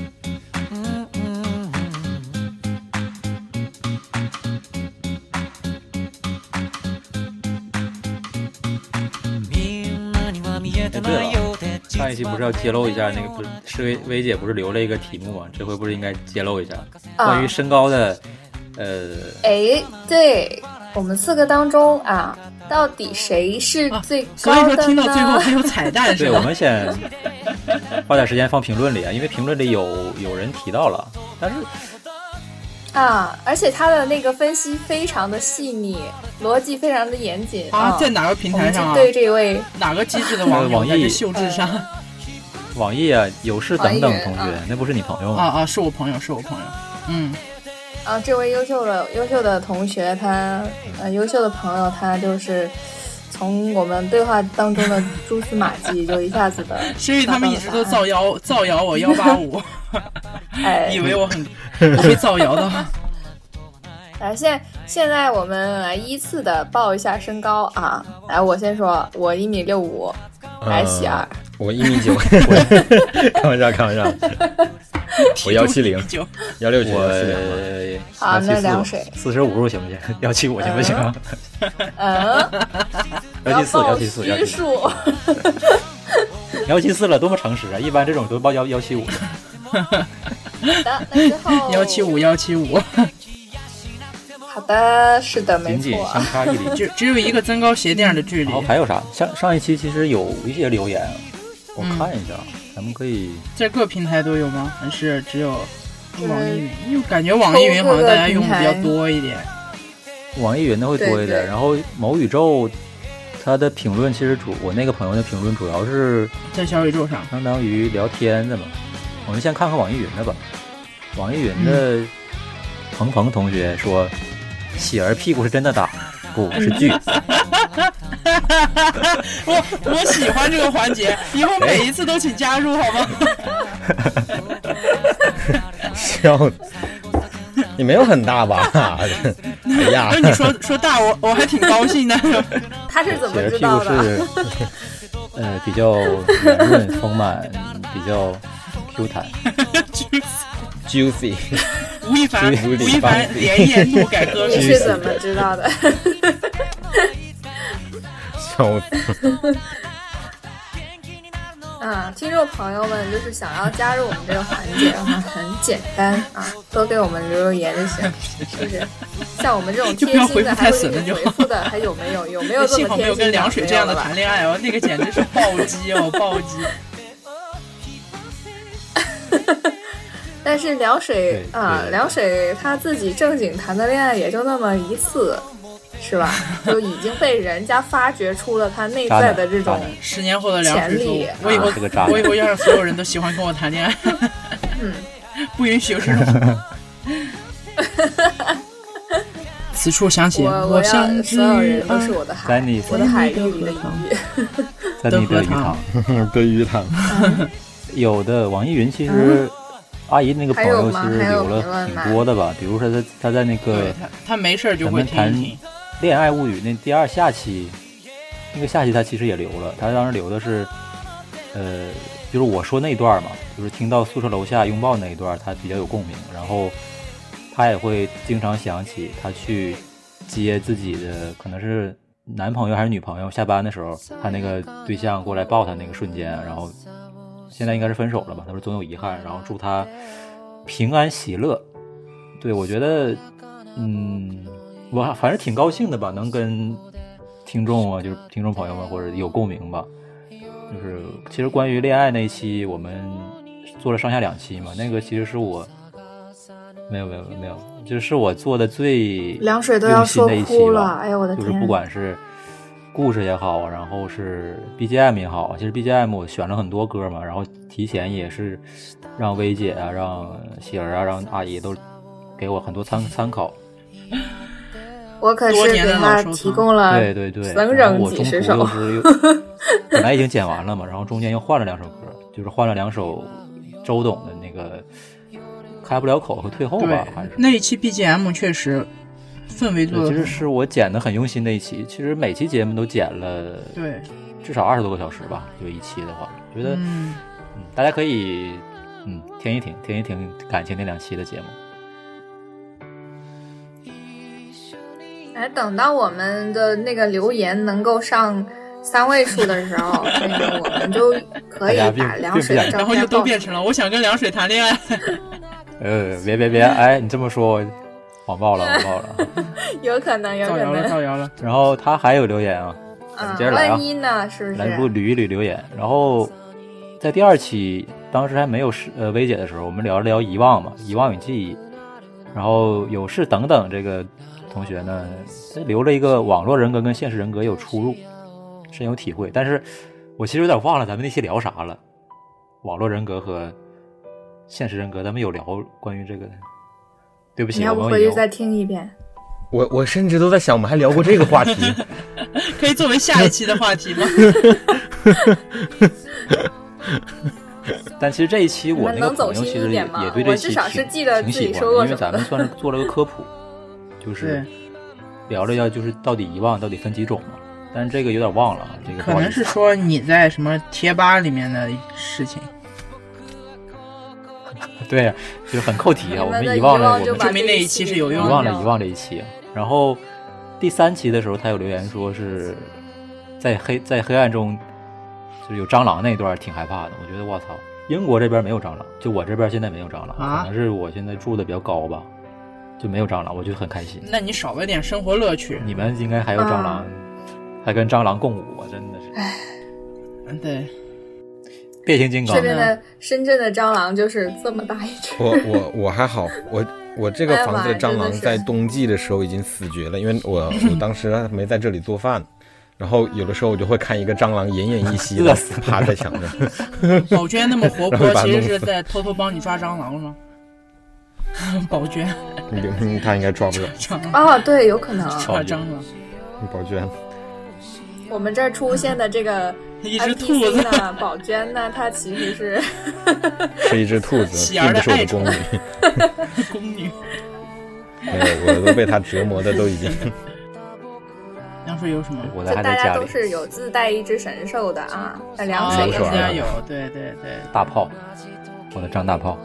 Speaker 2: 哎，对了，上一期不是要揭露一下那个，不是是薇薇姐不是留了一个题目吗？这回不是应该揭露一下关于身高的，呃，
Speaker 1: 哎，对我们四个当中啊，到底谁是最高的呢？
Speaker 3: 所以说听到最后还有彩蛋是吧？
Speaker 2: 对，我们先花点时间放评论里啊，因为评论里有有人提到了，但是。
Speaker 1: 啊，而且他的那个分析非常的细腻，逻辑非常的严谨
Speaker 3: 啊！在哪个平台上啊？
Speaker 1: 对这位
Speaker 3: 哪个机智的网友？
Speaker 2: 网易
Speaker 3: 秀智上，
Speaker 2: 网易啊，有事等等同学，啊、那不是你朋友吗？
Speaker 3: 啊啊，是我朋友，是我朋友。嗯，
Speaker 1: 啊，这位优秀的优秀的同学，他呃优秀的朋友，他就是从我们对话当中的蛛丝马迹，就一下子的。
Speaker 3: 所以他们一直都造谣造谣我幺八五，
Speaker 1: 哎，
Speaker 3: 以为我很。我被造谣的。
Speaker 1: 来，现现在我们来依次的报一下身高啊！来，我先说，我一米六五，来喜儿，
Speaker 4: 我一米九，开玩笑，开玩笑，我幺七零，幺六九，
Speaker 2: 我
Speaker 1: 好，那凉水
Speaker 2: 四十五入行不行？幺七五行不行？
Speaker 1: 嗯。
Speaker 2: 幺七四幺七四幺七四幺七四了，多么诚实啊！一般这种都报幺幺七五。
Speaker 1: 好的，那最后
Speaker 3: 幺七五幺七五。
Speaker 1: 好的，是的，没错，
Speaker 2: 仅仅相差一厘，
Speaker 3: 只只有一个增高鞋垫的距离。
Speaker 2: 然后还有啥？上上一期其实有一些留言，我看一下，嗯、咱们可以
Speaker 3: 在各平台都有吗？还是只有网易云？因为感觉网易云好像大家用的比较多一点。
Speaker 2: 网易云的会多一点，然后某宇宙它的评论其实主我那个朋友的评论主要是
Speaker 3: 在小宇宙上，
Speaker 2: 相当于聊天的嘛。我们先看看网易云的吧。网易云的鹏鹏同学说。嗯喜儿屁股是真的大，不是剧。
Speaker 3: 我我喜欢这个环节，以后每一次都请加入好吗？
Speaker 4: 笑，你没有很大吧？哎呀，
Speaker 3: 那你说说大，我我还挺高兴的。
Speaker 1: 他是怎么知道的？
Speaker 2: 是呃比较圆润丰满，比较 Q 弹。
Speaker 4: Juicy，
Speaker 3: 吴亦凡，吴亦凡连夜怒改歌名。
Speaker 1: 你是怎么知道的？
Speaker 4: 笑死！
Speaker 1: 啊，听众朋友们，就是想要加入我们这个环节的话，很简单啊，多给我们留留言就行，是不是？像我们这种贴心的，还会给回复的，还有没有？有没有这么贴心的？
Speaker 3: 幸好没有跟凉水这样的谈恋爱哦，那个简直是暴击哦，暴击。
Speaker 1: 但是凉水啊，凉水他自己正经谈的恋爱也就那么一次，是吧？就已经被人家发掘出了他内在的这种
Speaker 3: 十年后的凉水说，我以后、
Speaker 2: 啊、
Speaker 3: 我以后要让所有人都喜欢跟我谈恋爱，
Speaker 1: 嗯，
Speaker 3: 不允许有这种。此处想起
Speaker 1: 我我要所有人都是我的海，
Speaker 2: 你
Speaker 1: 我的海域里的鱼，
Speaker 2: 在你的鱼塘，
Speaker 4: 的鱼塘。
Speaker 2: 有的网易云其实。嗯阿姨那个朋友其实留了挺多的吧，比如说他他在那个
Speaker 3: 他他没事就会
Speaker 2: 谈《恋爱物语》那第二下期，那个下期他其实也留了，他当时留的是，呃，就是我说那段嘛，就是听到宿舍楼下拥抱那一段，他比较有共鸣，然后他也会经常想起他去接自己的可能是男朋友还是女朋友下班的时候，他那个对象过来抱他那个瞬间，然后。现在应该是分手了吧，他说总有遗憾，然后祝他平安喜乐。对，我觉得嗯我反正挺高兴的吧，能跟听众啊就是听众朋友们或者有共鸣吧。就是其实关于恋爱那一期我们做了上下两期嘛，那个其实是我没有没有没有就是我做的最
Speaker 1: 凉水都要说哭了，哎呦我的天，
Speaker 2: 就是不管是故事也好，然后是 B G M 也好，其实 B G M 我选了很多歌嘛，然后提前也是让薇姐啊、让喜儿啊、让阿姨都给我很多参参考。
Speaker 1: 我可是给他提供了
Speaker 2: 对对对，
Speaker 1: 整整几十首。
Speaker 2: 我中途又是本来已经剪完了嘛，然后中间又换了两首歌，就是换了两首周董的那个开不了口和退后吧，还是
Speaker 3: 那一期 B G M 确实。氛围做的
Speaker 2: 其实是我剪的很用心的一期，其实每期节目都剪了，
Speaker 3: 对，
Speaker 2: 至少二十多个小时吧。有一期的话，觉得嗯嗯，大家可以嗯听一听，听一听感情那两期的节目。
Speaker 1: 哎，等到我们的那个留言能够上三位数的时候，那个我们就可以把凉水的照片，
Speaker 3: 然后就都变成了我想跟凉水谈恋爱。
Speaker 2: 呃，别别别，哎，你这么说。网爆了，网爆了，
Speaker 1: 有可能，有可能，
Speaker 3: 造谣了，造谣了。
Speaker 2: 然后他还有留言啊，
Speaker 1: 嗯，
Speaker 2: 接着来啊，
Speaker 1: 万一呢？是不是？
Speaker 2: 来录捋一捋留言。然后在第二期，当时还没有是呃薇姐的时候，我们聊了聊遗忘嘛，遗忘与记忆。然后有事等等这个同学呢，他留了一个网络人格跟现实人格有出入，深有体会。但是我其实有点忘了咱们那期聊啥了，网络人格和现实人格，咱们有聊关于这个。对不起，
Speaker 1: 你要不回去再听一遍？
Speaker 4: 我我甚至都在想，我们还聊过这个话题，
Speaker 3: 可以作为下一期的话题吗？
Speaker 2: 但其实这一期我那个朋友其实也也对这期挺挺喜欢的，因为咱们算是做了个科普，就是聊了要就是到底遗忘到底分几种嘛。但是这个有点忘了，这个
Speaker 3: 可能是说你在什么贴吧里面的事情。
Speaker 2: 对呀、啊，就是很扣题啊！我们遗忘了，我们
Speaker 3: 证明那一期是有用的。
Speaker 2: 遗忘了遗忘这一期。然后第三期的时候，他有留言说是在黑在黑暗中就有蟑螂那一段挺害怕的。我觉得我操，英国这边没有蟑螂，就我这边现在没有蟑螂，啊、可能是我现在住的比较高吧，就没有蟑螂，我就很开心。
Speaker 3: 那你少了点生活乐趣。
Speaker 2: 你们应该还有蟑螂，嗯、还跟蟑螂共舞，我真的是。
Speaker 1: 唉，
Speaker 3: 对。
Speaker 2: 变形金刚。
Speaker 1: 这边的深圳的蟑螂就是这么大一只。
Speaker 4: 我我我还好，我我这个房子的蟑螂在冬季的时候已经死绝了，因为我我当时没在这里做饭。然后有的时候我就会看一个蟑螂奄奄一息的趴在墙上。
Speaker 3: 宝娟那么活泼，其实是在偷偷帮你抓蟑螂了吗？宝娟，
Speaker 4: 他应该抓不了。
Speaker 1: 哦，对，有可能
Speaker 3: 抓蟑螂。
Speaker 4: 宝娟，
Speaker 1: 我们这儿出现的这个
Speaker 3: 一只兔子
Speaker 1: 呢，宝娟呢，它其实是
Speaker 4: 是一只兔子，并不是我的宫女。
Speaker 3: 宫女，
Speaker 4: 没有，我都被它折磨的都已经。
Speaker 3: 凉水有什么？
Speaker 2: 我的还在
Speaker 1: 家里。大家都
Speaker 2: 里
Speaker 1: 是有自带一只神兽的啊，那凉水
Speaker 3: 大家有，对对对。
Speaker 2: 大炮，我的张大炮。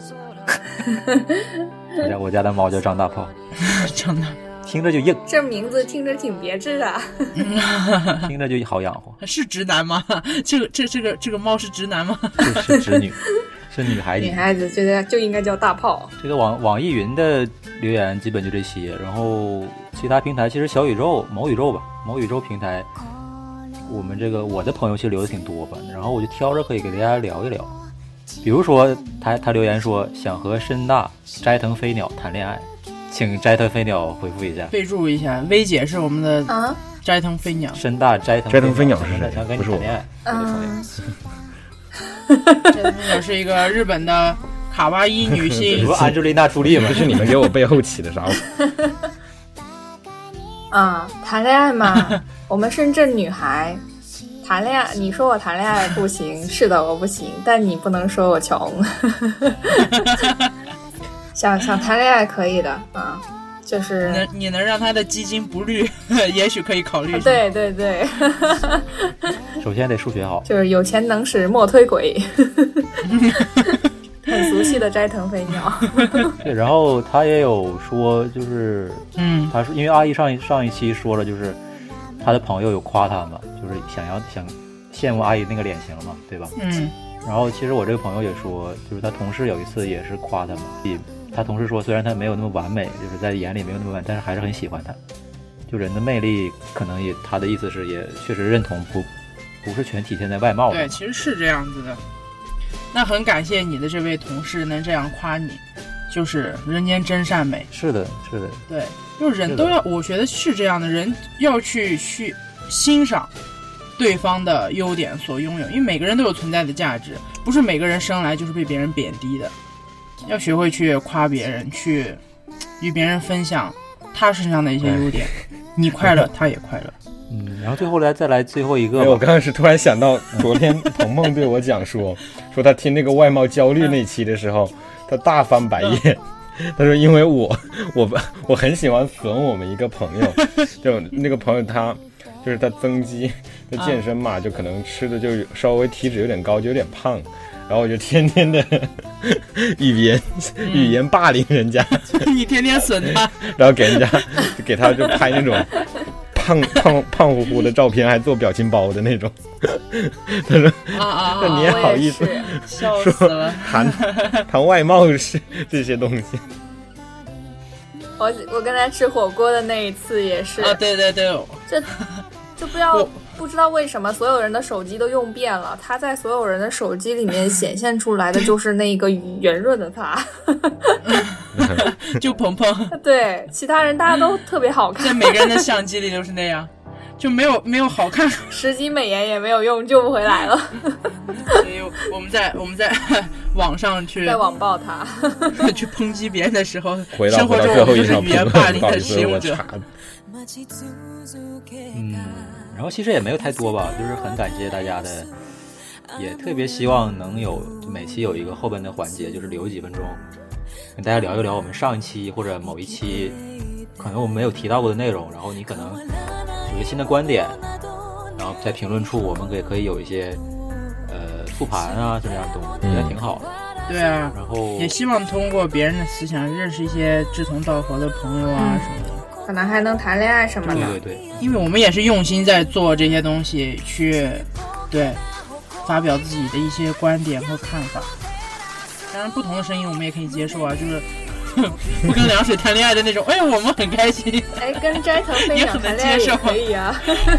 Speaker 2: 我家我家的猫叫张大炮。
Speaker 3: 张大，
Speaker 2: 听着就硬。
Speaker 1: 这名字听着挺别致的。
Speaker 2: 听着就好养活。
Speaker 3: 是直男吗？这个这这个这个猫是直男吗？
Speaker 2: 是直女。是女孩子，
Speaker 1: 女孩子就就应该叫大炮。
Speaker 2: 这个网网易云的留言基本就这些，然后其他平台其实小宇宙、某宇宙吧，某宇宙平台，我们这个我的朋友其实留的挺多吧，然后我就挑着可以给大家聊一聊。比如说他他留言说想和深大斋藤飞鸟谈恋爱，请斋藤飞鸟回复一下，
Speaker 3: 备注一下，薇姐是我们的啊斋藤飞鸟，
Speaker 2: 深大斋藤
Speaker 4: 斋藤飞鸟是谁？
Speaker 2: 想跟你谈恋爱，
Speaker 1: 嗯。
Speaker 3: 这个是一个日本的卡哇伊女性，
Speaker 2: 你不安吉丽娜·朱莉吗？
Speaker 4: 这是你们给我背后起的啥？
Speaker 1: 啊，谈恋爱嘛，我们深圳女孩谈恋爱，你说我谈恋爱不行，是的，我不行，但你不能说我穷。想想谈恋爱可以的啊，就是
Speaker 3: 能你能让他的基金不绿，也许可以考虑。
Speaker 1: 对对对。
Speaker 2: 首先得数学好，
Speaker 1: 就是有钱能使莫推鬼。很俗气的斋藤飞鸟。
Speaker 2: 对，然后他也有说，就是
Speaker 3: 嗯，
Speaker 2: 他说因为阿姨上一上一期说了，就是他的朋友有夸他嘛，就是想要想羡慕阿姨那个脸型嘛，对吧？
Speaker 3: 嗯。
Speaker 2: 然后其实我这个朋友也说，就是他同事有一次也是夸他嘛，他同事说虽然他没有那么完美，就是在眼里没有那么完美，但是还是很喜欢他。就人的魅力，可能也他的意思是也确实认同不。不是全体现在外貌的。
Speaker 3: 对，其实是这样子的。那很感谢你的这位同事能这样夸你，就是人间真善美。
Speaker 2: 是的，是的。
Speaker 3: 对，就是人都要，我觉得是这样的，人要去去欣赏对方的优点所拥有，因为每个人都有存在的价值，不是每个人生来就是被别人贬低的。要学会去夸别人，去与别人分享他身上的一些优点，你快乐，他也快乐。
Speaker 2: 嗯，然后最后来再来最后一个吧。
Speaker 4: 我刚开始突然想到，昨天鹏鹏对我讲说，说他听那个外貌焦虑那期的时候，他大翻白眼。他说因为我我我很喜欢损我们一个朋友，就那个朋友他就是他增肌就健身嘛，就可能吃的就稍微体脂有点高，就有点胖。然后我就天天的语言、嗯、语言霸凌人家，
Speaker 3: 你天天损他，
Speaker 4: 然后给人家给他就拍那种胖胖胖乎乎的照片，还做表情包的那种。他说：“
Speaker 3: 啊啊，
Speaker 4: 那你也好意思
Speaker 3: 笑死了，
Speaker 4: 谈谈外貌是这些东西。”
Speaker 1: 我我跟他吃火锅的那一次也是
Speaker 3: 啊，对对对，
Speaker 1: 这就不知道不知道为什么所有人的手机都用遍了，他在所有人的手机里面显现出来的就是那个圆润的他。
Speaker 3: 就鹏鹏，
Speaker 1: 对，其他人大家都特别好看，
Speaker 3: 在每个人的相机里都是那样，就没有没有好看，
Speaker 1: 十级美颜也没有用，救不回来了。
Speaker 3: 所以我们在我们在网上去
Speaker 1: 在网暴他，
Speaker 3: 去抨击别人的时候，
Speaker 4: 回到
Speaker 3: 生活中我们就是语言霸凌的使用者。
Speaker 2: 嗯，然后其实也没有太多吧，就是很感谢大家的，也特别希望能有每期有一个后边的环节，就是留几分钟跟大家聊一聊我们上一期或者某一期可能我们没有提到过的内容，然后你可能有一些新的观点，然后在评论处我们也可以有一些呃复盘啊这样的东西，我觉得挺好的。
Speaker 3: 对啊，
Speaker 2: 然后
Speaker 3: 也希望通过别人的思想认识一些志同道合的朋友啊、嗯、什么的。
Speaker 1: 可能还能谈恋爱什么的。
Speaker 2: 对对对，
Speaker 3: 因为我们也是用心在做这些东西，去对发表自己的一些观点和看法。当然，不同的声音我们也可以接受啊，就是不跟凉水谈恋爱的那种，哎，我们很开心。
Speaker 1: 哎，跟斋藤飞鸟谈恋爱也可以啊。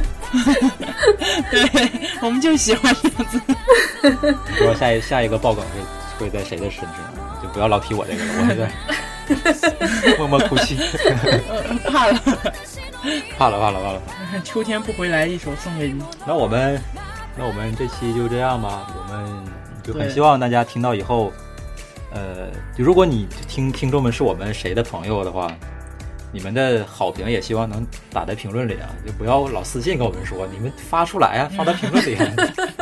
Speaker 3: 对，我们就喜欢这样子。
Speaker 2: 不知道下一下一个爆梗会会在谁的身上，就不要老提我这个了，我还在默默哭泣。
Speaker 3: 怕了，
Speaker 2: 怕了，怕了，怕了。
Speaker 3: 秋天不回来，一首送给你。
Speaker 2: 那我们，那我们这期就这样吧。我们就很希望大家听到以后，呃，如果你听听众们是我们谁的朋友的话，你们的好评也希望能打在评论里啊，就不要老私信跟我们说，你们发出来啊，发到评论里、啊。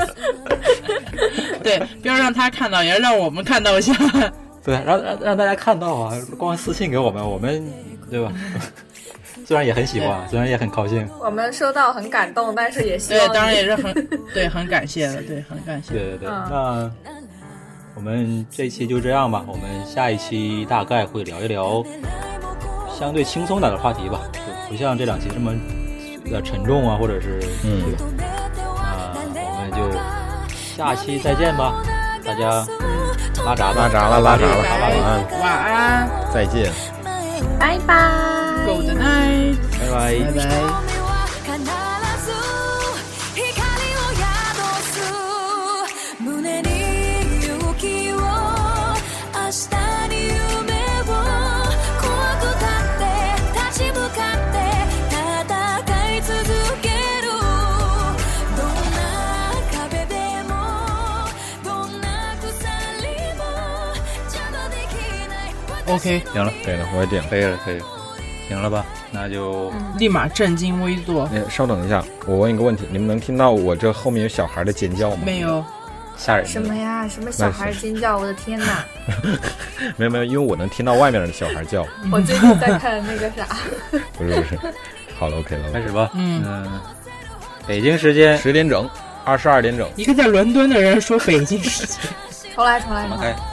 Speaker 3: 对，不要让他看到，也要让我们看到一下。
Speaker 2: 对，让让让大家看到啊，光私信给我们，我们对吧？虽然也很喜欢，虽然也很高兴，
Speaker 1: 我们收到很感动，但是也希望
Speaker 3: 对，当然也是很对，很感谢的，对，很感谢。
Speaker 2: 对对对，
Speaker 1: 嗯、
Speaker 2: 那我们这期就这样吧，我们下一期大概会聊一聊相对轻松点的话题吧，就不像这两期这么有点沉重啊，或者是
Speaker 4: 嗯，
Speaker 2: 对吧？那我们就下期再见吧，大家拉闸
Speaker 4: 拉闸了，拉闸了，
Speaker 3: 晚
Speaker 4: 晚安，
Speaker 3: 晚安，
Speaker 4: 再见。
Speaker 1: 拜拜。
Speaker 3: Good night，
Speaker 2: 拜拜。
Speaker 3: 拜拜。OK，
Speaker 2: 行了，
Speaker 4: 对了，我也点了，
Speaker 2: 可以了，可以了，行了吧？那就
Speaker 3: 立马正襟危坐。
Speaker 4: 哎，稍等一下，我问一个问题，你们能听到我这后面有小孩的尖叫吗？
Speaker 3: 没有，
Speaker 2: 吓人。
Speaker 1: 什么呀？什么小孩尖叫？我的天哪！
Speaker 4: 没有没有，因为我能听到外面的小孩叫。
Speaker 1: 我最近在看那个啥。
Speaker 4: 不是不是，好了 ，OK 了，
Speaker 2: 开始吧。
Speaker 3: 嗯，
Speaker 2: 嗯北京时间
Speaker 4: 十点整，二十二点整。
Speaker 3: 一个在伦敦的人说北京时间。
Speaker 1: 重来，重来，重来。
Speaker 2: 开。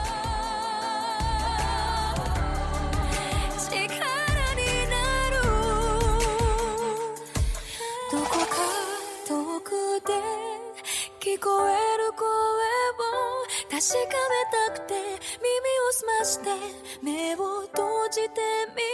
Speaker 6: 確かめたくて耳を澄まして目を閉じてみ